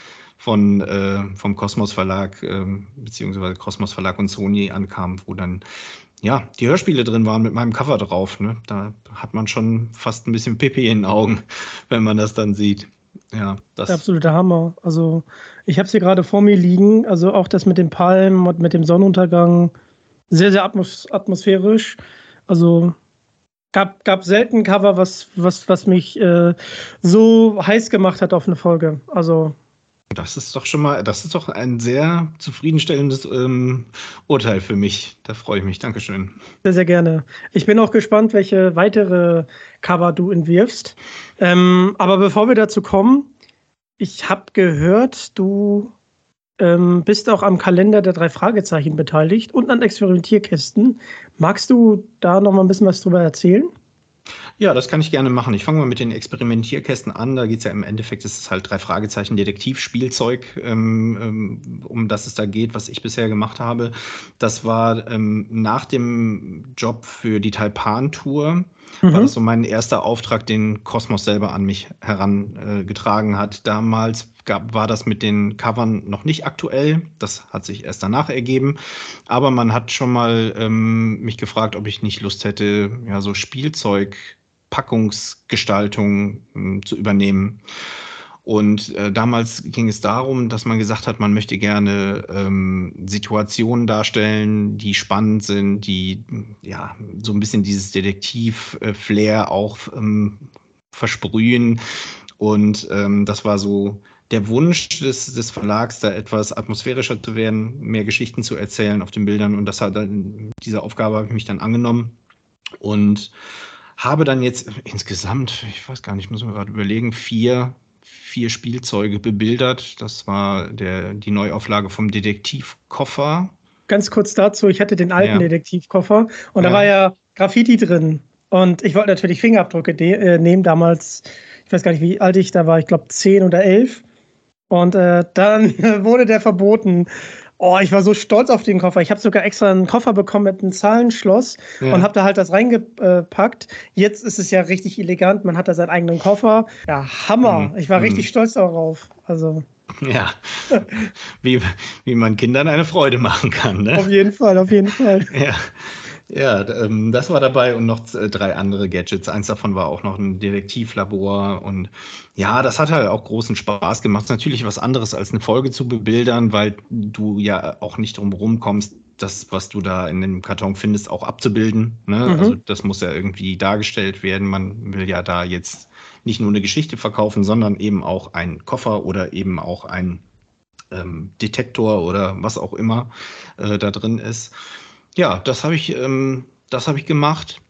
I: von äh, vom Kosmos Verlag äh, beziehungsweise Kosmos Verlag und Sony ankam, wo dann ja die Hörspiele drin waren mit meinem Cover drauf. Ne? Da hat man schon fast ein bisschen Pipi in den Augen, wenn man das dann sieht. Ja, das
H: der absolute Hammer. Also ich habe es hier gerade vor mir liegen. Also auch das mit den Palmen und mit dem Sonnenuntergang. Sehr, sehr atmos- atmosphärisch. Also gab, gab selten ein Cover, was, was, was mich äh, so heiß gemacht hat auf eine Folge. Also
I: das ist doch schon mal, das ist doch ein sehr zufriedenstellendes ähm, Urteil für mich. Da freue ich mich. Dankeschön.
H: Sehr, sehr gerne. Ich bin auch gespannt, welche weitere Cover du entwirfst. Ähm, aber bevor wir dazu kommen, ich habe gehört, du ähm, bist auch am Kalender der drei Fragezeichen beteiligt und an Experimentierkästen. Magst du da noch mal ein bisschen was drüber erzählen?
I: Ja, das kann ich gerne machen. Ich fange mal mit den Experimentierkästen an. Da geht es ja im Endeffekt, es ist halt drei Fragezeichen Detektivspielzeug, ähm, um das es da geht, was ich bisher gemacht habe. Das war ähm, nach dem Job für die Taipan-Tour, mhm. war das so mein erster Auftrag, den Kosmos selber an mich herangetragen äh, hat. Damals gab, war das mit den Covern noch nicht aktuell. Das hat sich erst danach ergeben. Aber man hat schon mal ähm, mich gefragt, ob ich nicht Lust hätte, ja, so Spielzeug Packungsgestaltung äh, zu übernehmen. Und äh, damals ging es darum, dass man gesagt hat, man möchte gerne ähm, Situationen darstellen, die spannend sind, die ja so ein bisschen dieses Detektiv-Flair auch ähm, versprühen. Und ähm, das war so der Wunsch des, des Verlags, da etwas atmosphärischer zu werden, mehr Geschichten zu erzählen auf den Bildern. Und das hat dann, diese Aufgabe habe ich mich dann angenommen. Und habe dann jetzt insgesamt, ich weiß gar nicht, muss man gerade überlegen, vier vier Spielzeuge bebildert. Das war der, die Neuauflage vom Detektivkoffer.
H: Ganz kurz dazu, ich hatte den alten
I: Ja.
H: Detektivkoffer und
I: Ja.
H: da war ja Graffiti drin. Und ich wollte natürlich Fingerabdrücke de- äh, nehmen, damals, ich weiß gar nicht, wie alt ich da war, ich glaube zehn oder elf. Und äh, dann wurde der verboten. Oh, ich war so stolz auf den Koffer. Ich habe sogar extra einen Koffer bekommen mit einem Zahlenschloss
I: Ja.
H: und habe da halt das reingepackt. Jetzt ist es ja richtig elegant. Man hat da seinen eigenen Koffer. Ja, Hammer.
I: Mhm.
H: Ich war
I: Mhm.
H: richtig stolz darauf. Also
I: Ja, wie, wie man Kindern eine Freude machen kann, ne?
H: auf jeden Fall, auf jeden Fall.
I: Ja, ja, ähm, das war dabei und noch z- drei andere Gadgets. Eins davon war auch noch ein Detektivlabor und ja, das hat halt auch großen Spaß gemacht. Ist natürlich was anderes als eine Folge zu bebildern, weil du ja auch nicht drum rumkommst, das, was du da in dem Karton findest, auch abzubilden. Ne?
H: Mhm.
I: Also das muss ja irgendwie dargestellt werden. Man will ja da jetzt nicht nur eine Geschichte verkaufen, sondern eben auch einen Koffer oder eben auch einen ähm, Detektor oder was auch immer äh, da drin ist. Ja, das habe ich, ähm, das habe ich gemacht.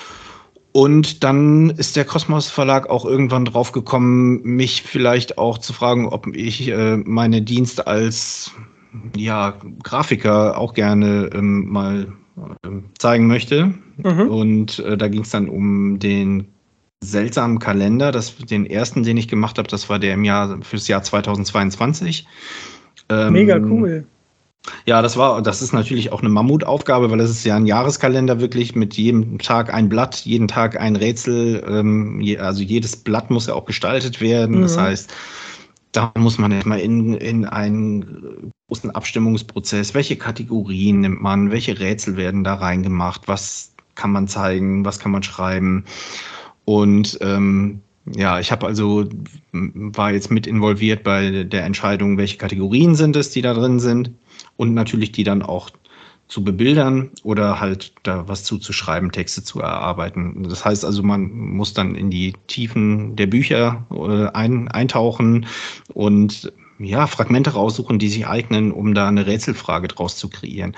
I: Und dann ist der Kosmos Verlag auch irgendwann drauf gekommen, mich vielleicht auch zu fragen, ob ich äh, meine Dienste als ja, Grafiker auch gerne ähm, mal ähm, zeigen möchte.
H: Mhm.
I: Und äh, da ging es dann um den seltsamen Kalender. Das, den ersten, den ich gemacht habe, das war der im Jahr fürs Jahr zweitausendzweiundzwanzig. Ähm,
H: Mega cool.
I: Ja, das war, das ist natürlich auch eine Mammutaufgabe, weil das ist ja ein Jahreskalender wirklich mit jedem Tag ein Blatt, jeden Tag ein Rätsel. Ähm, je, also jedes Blatt muss ja auch gestaltet werden.
H: Mhm.
I: Das heißt, da muss man erstmal in, in einen großen Abstimmungsprozess, welche Kategorien nimmt man, welche Rätsel werden da reingemacht, was kann man zeigen, was kann man schreiben. Und ähm, ja, ich habe also, war jetzt mit involviert bei der Entscheidung, welche Kategorien sind es, die da drin sind. Und natürlich die dann auch zu bebildern oder halt da was zuzuschreiben, Texte zu erarbeiten. Das heißt also, man muss dann in die Tiefen der Bücher äh, ein, eintauchen und ja, Fragmente raussuchen, die sich eignen, um da eine Rätselfrage draus zu kreieren.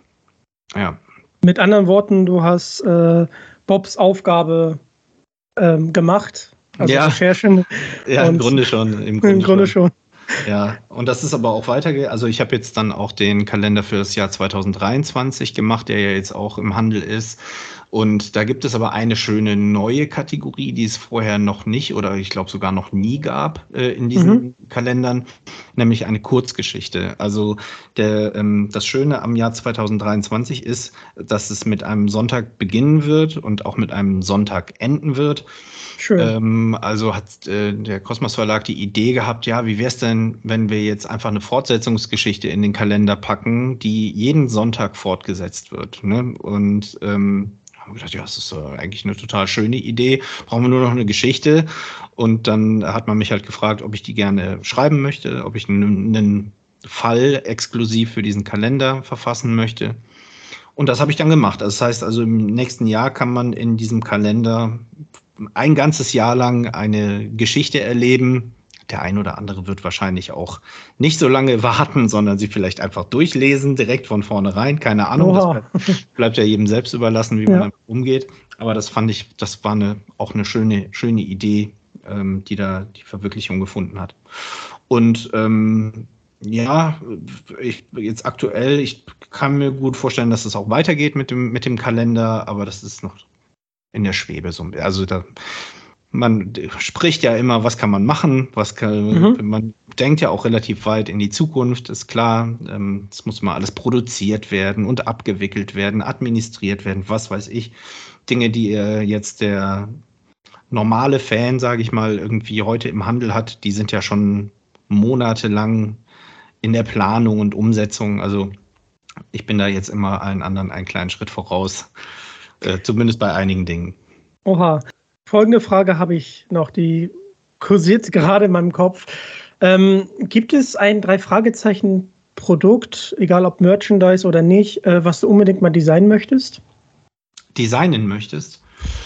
I: Ja.
H: Mit anderen Worten, du hast äh, Bobs Aufgabe ähm, gemacht. Also
I: Ja.
H: Recherchen.
I: Ja, im
H: Und-
I: Grunde schon. Im Grunde,
H: Im Grunde schon.
I: Ja, und das ist aber auch weitergegangen. Also ich habe jetzt dann auch den Kalender für das Jahr zweitausenddreiundzwanzig gemacht, der ja jetzt auch im Handel ist. Und da gibt es aber eine schöne neue Kategorie, die es vorher noch nicht oder ich glaube sogar noch nie gab äh, in diesen
H: Mhm.
I: Kalendern, nämlich eine Kurzgeschichte. Also der, ähm, das Schöne am Jahr zweitausenddreiundzwanzig ist, dass es mit einem Sonntag beginnen wird und auch mit einem Sonntag enden wird.
H: Schön.
I: Ähm, also hat äh, der Kosmos Verlag die Idee gehabt, ja, wie wäre es denn, wenn wir jetzt einfach eine Fortsetzungsgeschichte in den Kalender packen, die jeden Sonntag fortgesetzt wird. Ne? Und ähm, haben wir gedacht, ja, das ist äh, eigentlich eine total schöne Idee. Brauchen wir nur noch eine Geschichte. Und dann hat man mich halt gefragt, ob ich die gerne schreiben möchte, ob ich einen, einen Fall exklusiv für diesen Kalender verfassen möchte. Und das habe ich dann gemacht. Das heißt also, im nächsten Jahr kann man in diesem Kalender ein ganzes Jahr lang eine Geschichte erleben. Der ein oder andere wird wahrscheinlich auch nicht so lange warten, sondern sie vielleicht einfach durchlesen, direkt von vornherein. Keine Ahnung,
H: Oha.
I: das bleibt ja jedem selbst überlassen, wie
H: Ja.
I: man damit umgeht. Aber das fand ich, das war eine, auch eine schöne, schöne Idee, ähm, die da die Verwirklichung gefunden hat. Und ähm, ja, ich, jetzt aktuell, ich kann mir gut vorstellen, dass es auch weitergeht mit dem, mit dem Kalender, aber das ist noch in der Schwebe. So. Also da, man spricht ja immer, was kann man machen, was kann,
H: Mhm.
I: man denkt ja auch relativ weit in die Zukunft, ist klar. Ähm, es muss mal alles produziert werden und abgewickelt werden, administriert werden, was weiß ich. Dinge, die äh, jetzt der normale Fan, sage ich mal, irgendwie heute im Handel hat, die sind ja schon monatelang in der Planung und Umsetzung. Also ich bin da jetzt immer allen anderen einen kleinen Schritt voraus, äh, zumindest bei einigen Dingen.
H: Oha. Folgende Frage habe ich noch, die kursiert gerade in meinem Kopf. Ähm, gibt es ein Drei-Fragezeichen-Produkt, egal ob Merchandise oder nicht, äh, was du unbedingt mal designen möchtest?
I: Designen möchtest?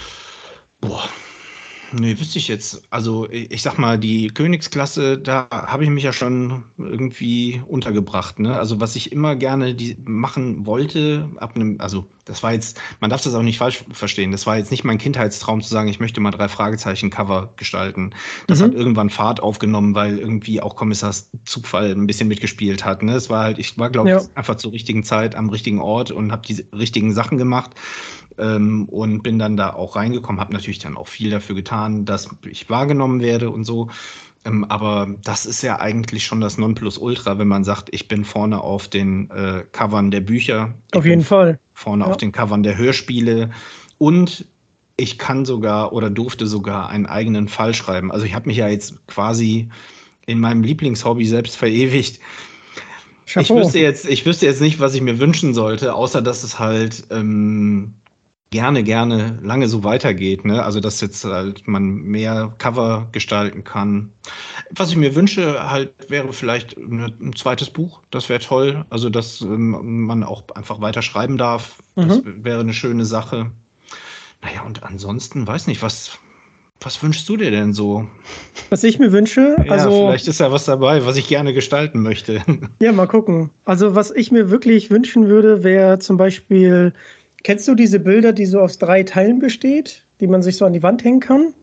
I: Boah, nee, wüsste ich jetzt. Also ich, ich sag mal, die Königsklasse, da habe ich mich ja schon irgendwie untergebracht. Ne? Also was ich immer gerne die machen wollte, ab einem, also das war jetzt, man darf das auch nicht falsch verstehen, das war jetzt nicht mein Kindheitstraum zu sagen, ich möchte mal drei Fragezeichen-Cover gestalten. Das mhm. hat irgendwann Fahrt aufgenommen, weil irgendwie auch Kommissar Zufall ein bisschen mitgespielt hat. Ne? Es war halt, ich war, glaube ich, ja. einfach zur richtigen Zeit am richtigen Ort und habe die richtigen Sachen gemacht. Ähm, und bin dann da auch reingekommen, habe natürlich dann auch viel dafür getan, dass ich wahrgenommen werde und so. Ähm, aber das ist ja eigentlich schon das Nonplusultra, wenn man sagt, ich bin vorne auf den äh, Covern der Bücher.
H: Auf jeden Fall.
I: Vorne
H: ja.
I: auf den Covern der Hörspiele. Und ich kann sogar oder durfte sogar einen eigenen Fall schreiben. Also ich habe mich ja jetzt quasi in meinem Lieblingshobby selbst verewigt. Ich wüsste jetzt, ich wüsste jetzt nicht, was ich mir wünschen sollte, außer dass es halt ähm, gerne, gerne lange so weitergeht, ne? Also dass jetzt halt man mehr Cover gestalten kann. Was ich mir wünsche, halt wäre vielleicht eine, ein zweites Buch. Das wäre toll. Also dass ähm, man auch einfach weiter schreiben darf. Mhm. Das wäre eine schöne Sache. Naja, und ansonsten, weiß nicht, was, was wünschst du dir denn so?
H: Was ich mir wünsche?
I: Ja,
H: also
I: vielleicht ist ja was dabei, was ich gerne gestalten möchte.
H: Ja, mal gucken. Also was ich mir wirklich wünschen würde, wäre zum Beispiel, kennst du diese Bilder, die so aus drei Teilen besteht, die man sich so an die Wand hängen kann?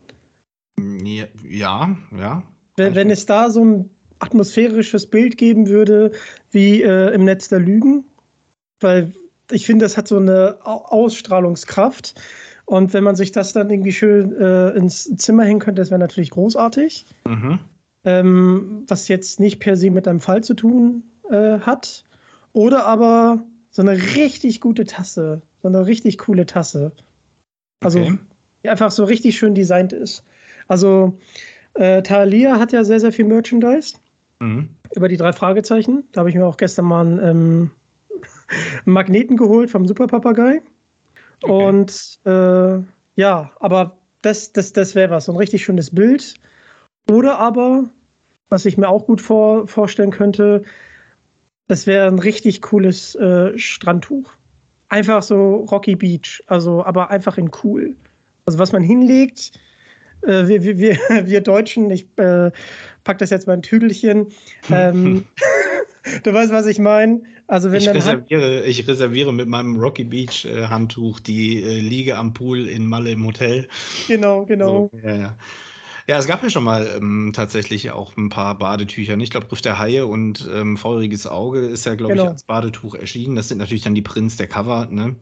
I: Ja, ja. ja.
H: Wenn, wenn es da so ein atmosphärisches Bild geben würde, wie äh, im Netz der Lügen, weil ich finde, das hat so eine Ausstrahlungskraft. Und wenn man sich das dann irgendwie schön äh, ins Zimmer hängen könnte, das wäre natürlich großartig. Mhm. Ähm, was jetzt nicht per se mit einem Fall zu tun äh, hat. Oder aber so eine richtig gute Tasse. So eine richtig coole Tasse. Also, okay. Die einfach so richtig schön designt ist. Also, äh, Thalia hat ja sehr, sehr viel Merchandise. Mhm. Über die drei Fragezeichen. Da habe ich mir auch gestern mal einen, ähm, einen Magneten geholt vom Superpapagei. Okay. Und äh, ja, aber das, das, das wäre was, so ein richtig schönes Bild. Oder aber, was ich mir auch gut vor, vorstellen könnte, das wäre ein richtig cooles äh, Strandtuch. Einfach so Rocky Beach, also aber einfach in cool. Also was man hinlegt, äh, wir, wir, wir Deutschen, ich äh, pack das jetzt mal in ein Tüdelchen. Ähm, du weißt, was ich meine. Also wenn
I: ich,
H: dann
I: reserviere, ich reserviere mit meinem Rocky Beach äh, Handtuch die äh, Liege am Pool in Malle im Hotel.
H: Genau, genau.
I: So, ja, ja. Ja, es gab ja schon mal ähm, tatsächlich auch ein paar Badetücher. Ich glaube, Griff der Haie und ähm, Feuriges Auge ist ja, glaube genau. ich, als Badetuch erschienen. Das sind natürlich dann die Prints der Cover. Ne?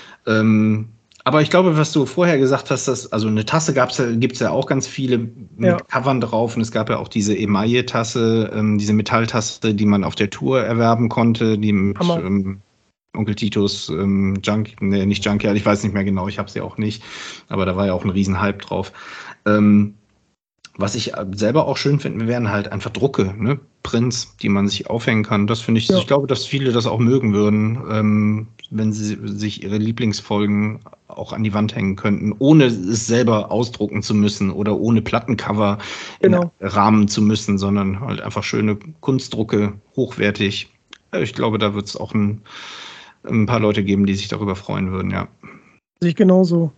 I: Ähm, aber ich glaube, was du vorher gesagt hast, dass, also eine Tasse gab's ja, gibt es ja auch ganz viele mit ja. Covern drauf. Und es gab ja auch diese Emaille-Tasse, ähm, diese Metalltasse, die man auf der Tour erwerben konnte, die mit ähm, Onkel Titus ähm, Junk, nee, nicht Junkyard, ich weiß nicht mehr genau, ich habe sie auch nicht. Aber da war ja auch ein Riesenhype drauf. Ähm, Was ich selber auch schön finde, wären halt einfach Drucke, ne? Prints, die man sich aufhängen kann. Das finde ich, ja. ich glaube, dass viele das auch mögen würden, ähm, wenn sie sich ihre Lieblingsfolgen auch an die Wand hängen könnten, ohne es selber ausdrucken zu müssen oder ohne Plattencover genau. in Rahmen zu müssen, sondern halt einfach schöne Kunstdrucke, hochwertig. Ich glaube, da wird es auch ein, ein paar Leute geben, die sich darüber freuen würden, ja.
H: Sehe ich genauso.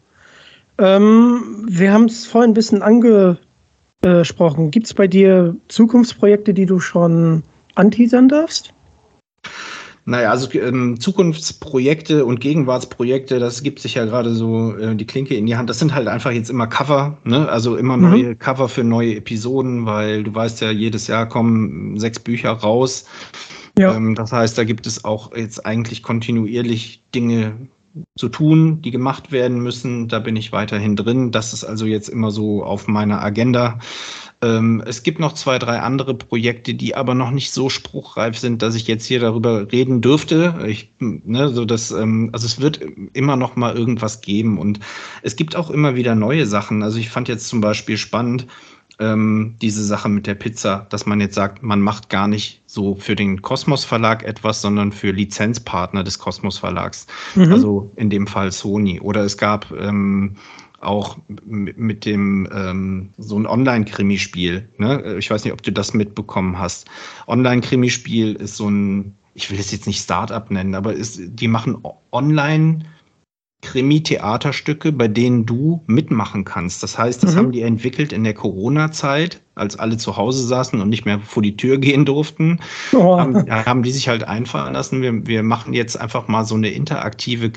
H: Ähm, wir haben es vorhin ein bisschen ange gesprochen. Gibt es bei dir Zukunftsprojekte, die du schon anteasern darfst?
I: Naja, also ähm, Zukunftsprojekte und Gegenwartsprojekte, das gibt sich ja gerade so äh, die Klinke in die Hand. Das sind halt einfach jetzt immer Cover, ne? Also immer mhm. neue Cover für neue Episoden, weil du weißt ja, jedes Jahr kommen sechs Bücher raus. Ja. Ähm, das heißt, da gibt es auch jetzt eigentlich kontinuierlich Dinge zu tun, die gemacht werden müssen. Da bin ich weiterhin drin. Das ist also jetzt immer so auf meiner Agenda. Ähm, es gibt noch zwei, drei andere Projekte, die aber noch nicht so spruchreif sind, dass ich jetzt hier darüber reden dürfte. Ich, ne, so dass, ähm, also es wird immer noch mal irgendwas geben und es gibt auch immer wieder neue Sachen. Also ich fand jetzt zum Beispiel spannend, ähm, diese Sache mit der Pizza, dass man jetzt sagt, man macht gar nicht so für den Kosmos Verlag etwas, sondern für Lizenzpartner des Kosmos Verlags. Mhm. Also in dem Fall Sony. Oder es gab ähm, auch mit, mit dem ähm, so ein Online-Krimispiel. Ne? Ich weiß nicht, ob du das mitbekommen hast. Online-Krimispiel ist so ein, ich will es jetzt nicht Start-up nennen, aber ist, die machen online Krimi-Theaterstücke, bei denen du mitmachen kannst. Das heißt, das
H: Mhm.
I: haben die entwickelt in der Corona-Zeit, als alle zu Hause saßen und nicht mehr vor die Tür gehen durften.
H: Oh.
I: Haben, haben die sich halt einfallen lassen. Wir, wir machen jetzt einfach mal so eine interaktive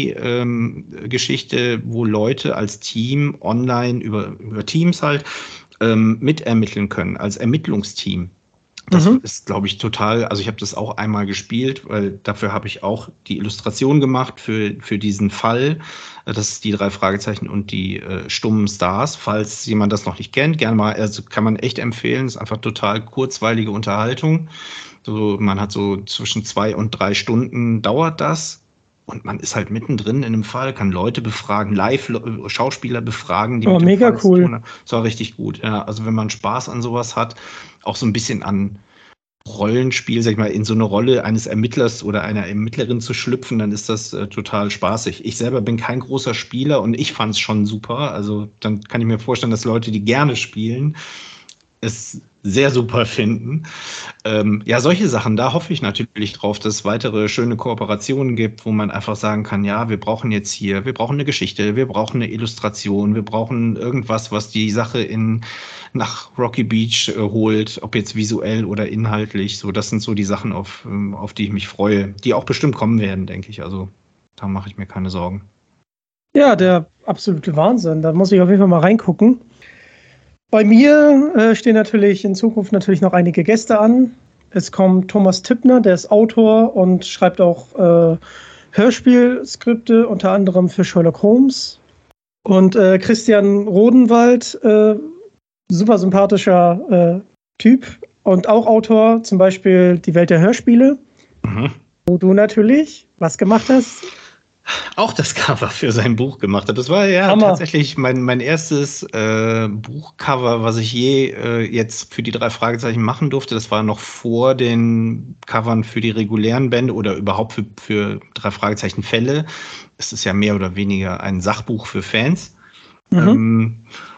I: Krimi-Geschichte, wo Leute als Team online über, über Teams halt ähm, mitermitteln können, als Ermittlungsteam. Das
H: Mhm.
I: ist, glaube ich, total, also ich habe das auch einmal gespielt, weil dafür habe ich auch die Illustration gemacht für, für diesen Fall. Das ist die drei Fragezeichen und die äh, stummen Stars. Falls jemand das noch nicht kennt, gerne mal, also kann man echt empfehlen. Das ist einfach total kurzweilige Unterhaltung. So, man hat so zwischen zwei und drei Stunden dauert das. Und man ist halt mittendrin in einem Fall, kann Leute befragen, Live-Schauspieler befragen. Die
H: Oh,
I: mit dem
H: mega
I: Fall zu
H: cool.
I: tun haben. Das war richtig gut. Ja, also wenn man Spaß an sowas hat, auch so ein bisschen an Rollenspiel, sag ich mal, in so eine Rolle eines Ermittlers oder einer Ermittlerin zu schlüpfen, dann ist das äh, total spaßig. Ich selber bin kein großer Spieler und ich fand es schon super. Also dann kann ich mir vorstellen, dass Leute, die gerne spielen, es sehr super finden. Ähm, ja, solche Sachen, da hoffe ich natürlich drauf, dass es weitere schöne Kooperationen gibt, wo man einfach sagen kann, ja, wir brauchen jetzt hier, wir brauchen eine Geschichte, wir brauchen eine Illustration, wir brauchen irgendwas, was die Sache in nach Rocky Beach äh, holt, ob jetzt visuell oder inhaltlich. So, das sind so die Sachen, auf, ähm, auf die ich mich freue, die auch bestimmt kommen werden, denke ich. Also da mache ich mir keine Sorgen.
H: Ja, der absolute Wahnsinn. Da muss ich auf jeden Fall mal reingucken. Bei mir äh, stehen natürlich in Zukunft natürlich noch einige Gäste an. Es kommt Thomas Tippner, der ist Autor und schreibt auch äh, Hörspielskripte, unter anderem für Sherlock Holmes. Und äh, Christian Rodenwald, äh, super sympathischer äh, Typ und auch Autor, zum Beispiel Die Welt der Hörspiele,
I: Mhm.
H: wo du natürlich was gemacht hast.
I: Auch das Cover für sein Buch gemacht hat. Das war ja
H: Hammer.
I: tatsächlich mein, mein erstes äh, Buchcover, was ich je äh, jetzt für die drei Fragezeichen machen durfte. Das war noch vor den Covern für die regulären Bände oder überhaupt für, für drei Fragezeichen Fälle. Es ist ja mehr oder weniger ein Sachbuch für Fans.
H: Mhm.
I: Ähm,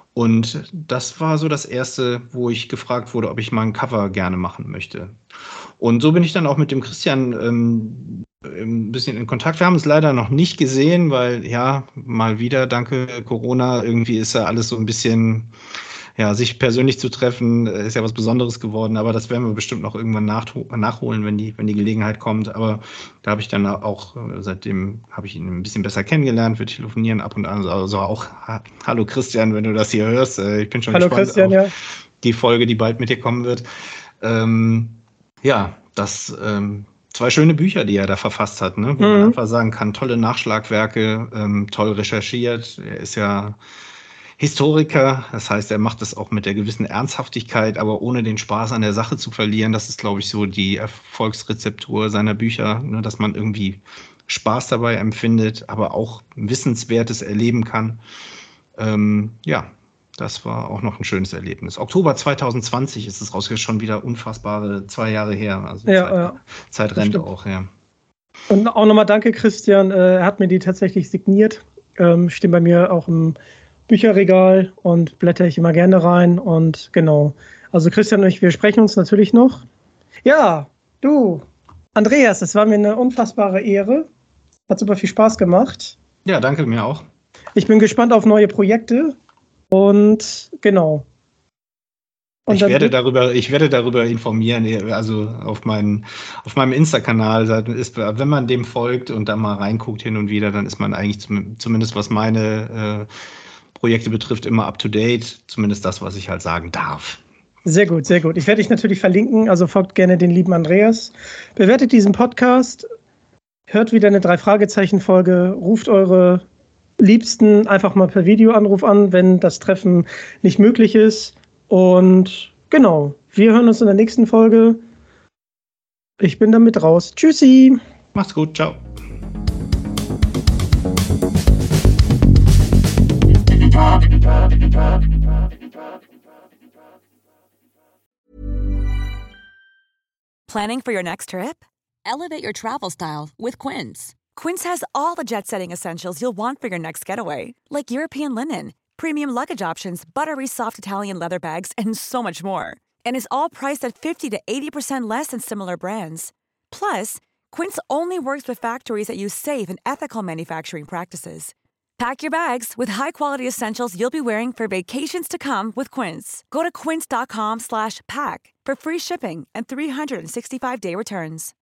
I: und das war so das erste, wo ich gefragt wurde, ob ich mal ein Cover gerne machen möchte. Und so bin ich dann auch mit dem Christian ähm, ein bisschen in Kontakt. Wir haben es leider noch nicht gesehen, weil ja, mal wieder, danke Corona, irgendwie ist ja alles so ein bisschen, ja, sich persönlich zu treffen, ist ja was Besonderes geworden, aber das werden wir bestimmt noch irgendwann nachho- nachholen, wenn die, wenn die Gelegenheit kommt. Aber da habe ich dann auch, seitdem habe ich ihn ein bisschen besser kennengelernt, wir telefonieren ab und an, also auch, ha- hallo Christian, wenn du das hier hörst, äh, ich bin schon
H: Hallo
I: gespannt
H: Christian,
I: auf
H: ja.
I: die Folge, die bald mit dir kommen wird. Ähm, ja, das ähm, zwei schöne Bücher, die er da verfasst hat, ne? Wo man
H: Mhm.
I: einfach sagen kann, tolle Nachschlagwerke, ähm, toll recherchiert. Er ist ja Historiker, das heißt, er macht das auch mit der gewissen Ernsthaftigkeit, aber ohne den Spaß an der Sache zu verlieren. Das ist, glaube ich, so die Erfolgsrezeptur seiner Bücher, ne? Dass man irgendwie Spaß dabei empfindet, aber auch Wissenswertes erleben kann. Ähm, ja, das war auch noch ein schönes Erlebnis. Oktober zwanzig zwanzig ist es rausgekommen, schon wieder unfassbare zwei Jahre her. Also
H: Ja,
I: Zeit,
H: ja.
I: Zeit rennt
H: Stimmt.
I: auch, ja.
H: Und auch nochmal danke, Christian. Äh, Er hat mir die tatsächlich signiert. Ähm, stehen bei mir auch im Bücherregal und blätter ich immer gerne rein. Und genau. Also Christian und ich, wir sprechen uns natürlich noch. Ja, du, Andreas, es war mir eine unfassbare Ehre. Hat super viel Spaß gemacht.
I: Ja, danke mir auch.
H: Ich bin gespannt auf neue Projekte. Und genau. Und
I: Ich
H: dann-
I: werde darüber, ich werde darüber informieren, also auf, meinen, auf meinem Insta-Kanal, ist, wenn man dem folgt und da mal reinguckt hin und wieder, dann ist man eigentlich zum, zumindest was meine äh, Projekte betrifft, immer up to date, zumindest das, was ich halt sagen darf.
H: Sehr gut, sehr gut. Ich werde dich natürlich verlinken, also folgt gerne den lieben Andreas. Bewertet diesen Podcast, hört wieder eine Drei-Fragezeichen-Folge, ruft eure Liebsten einfach mal per Videoanruf an, wenn das Treffen nicht möglich ist. Und genau, wir hören uns in der nächsten Folge. Ich bin damit raus. Tschüssi.
I: Macht's gut, ciao.
J: Planning for your next trip? Elevate your travel style with Quince. Quince has all the jet-setting essentials you'll want for your next getaway, like European linen, premium luggage options, buttery soft Italian leather bags, and so much more. And is all priced at fifty to eighty percent less than similar brands. Plus, Quince only works with factories that use safe and ethical manufacturing practices. Pack your bags with high-quality essentials you'll be wearing for vacations to come with Quince. Go to quince dot com slash pack for free shipping and three sixty-five day returns.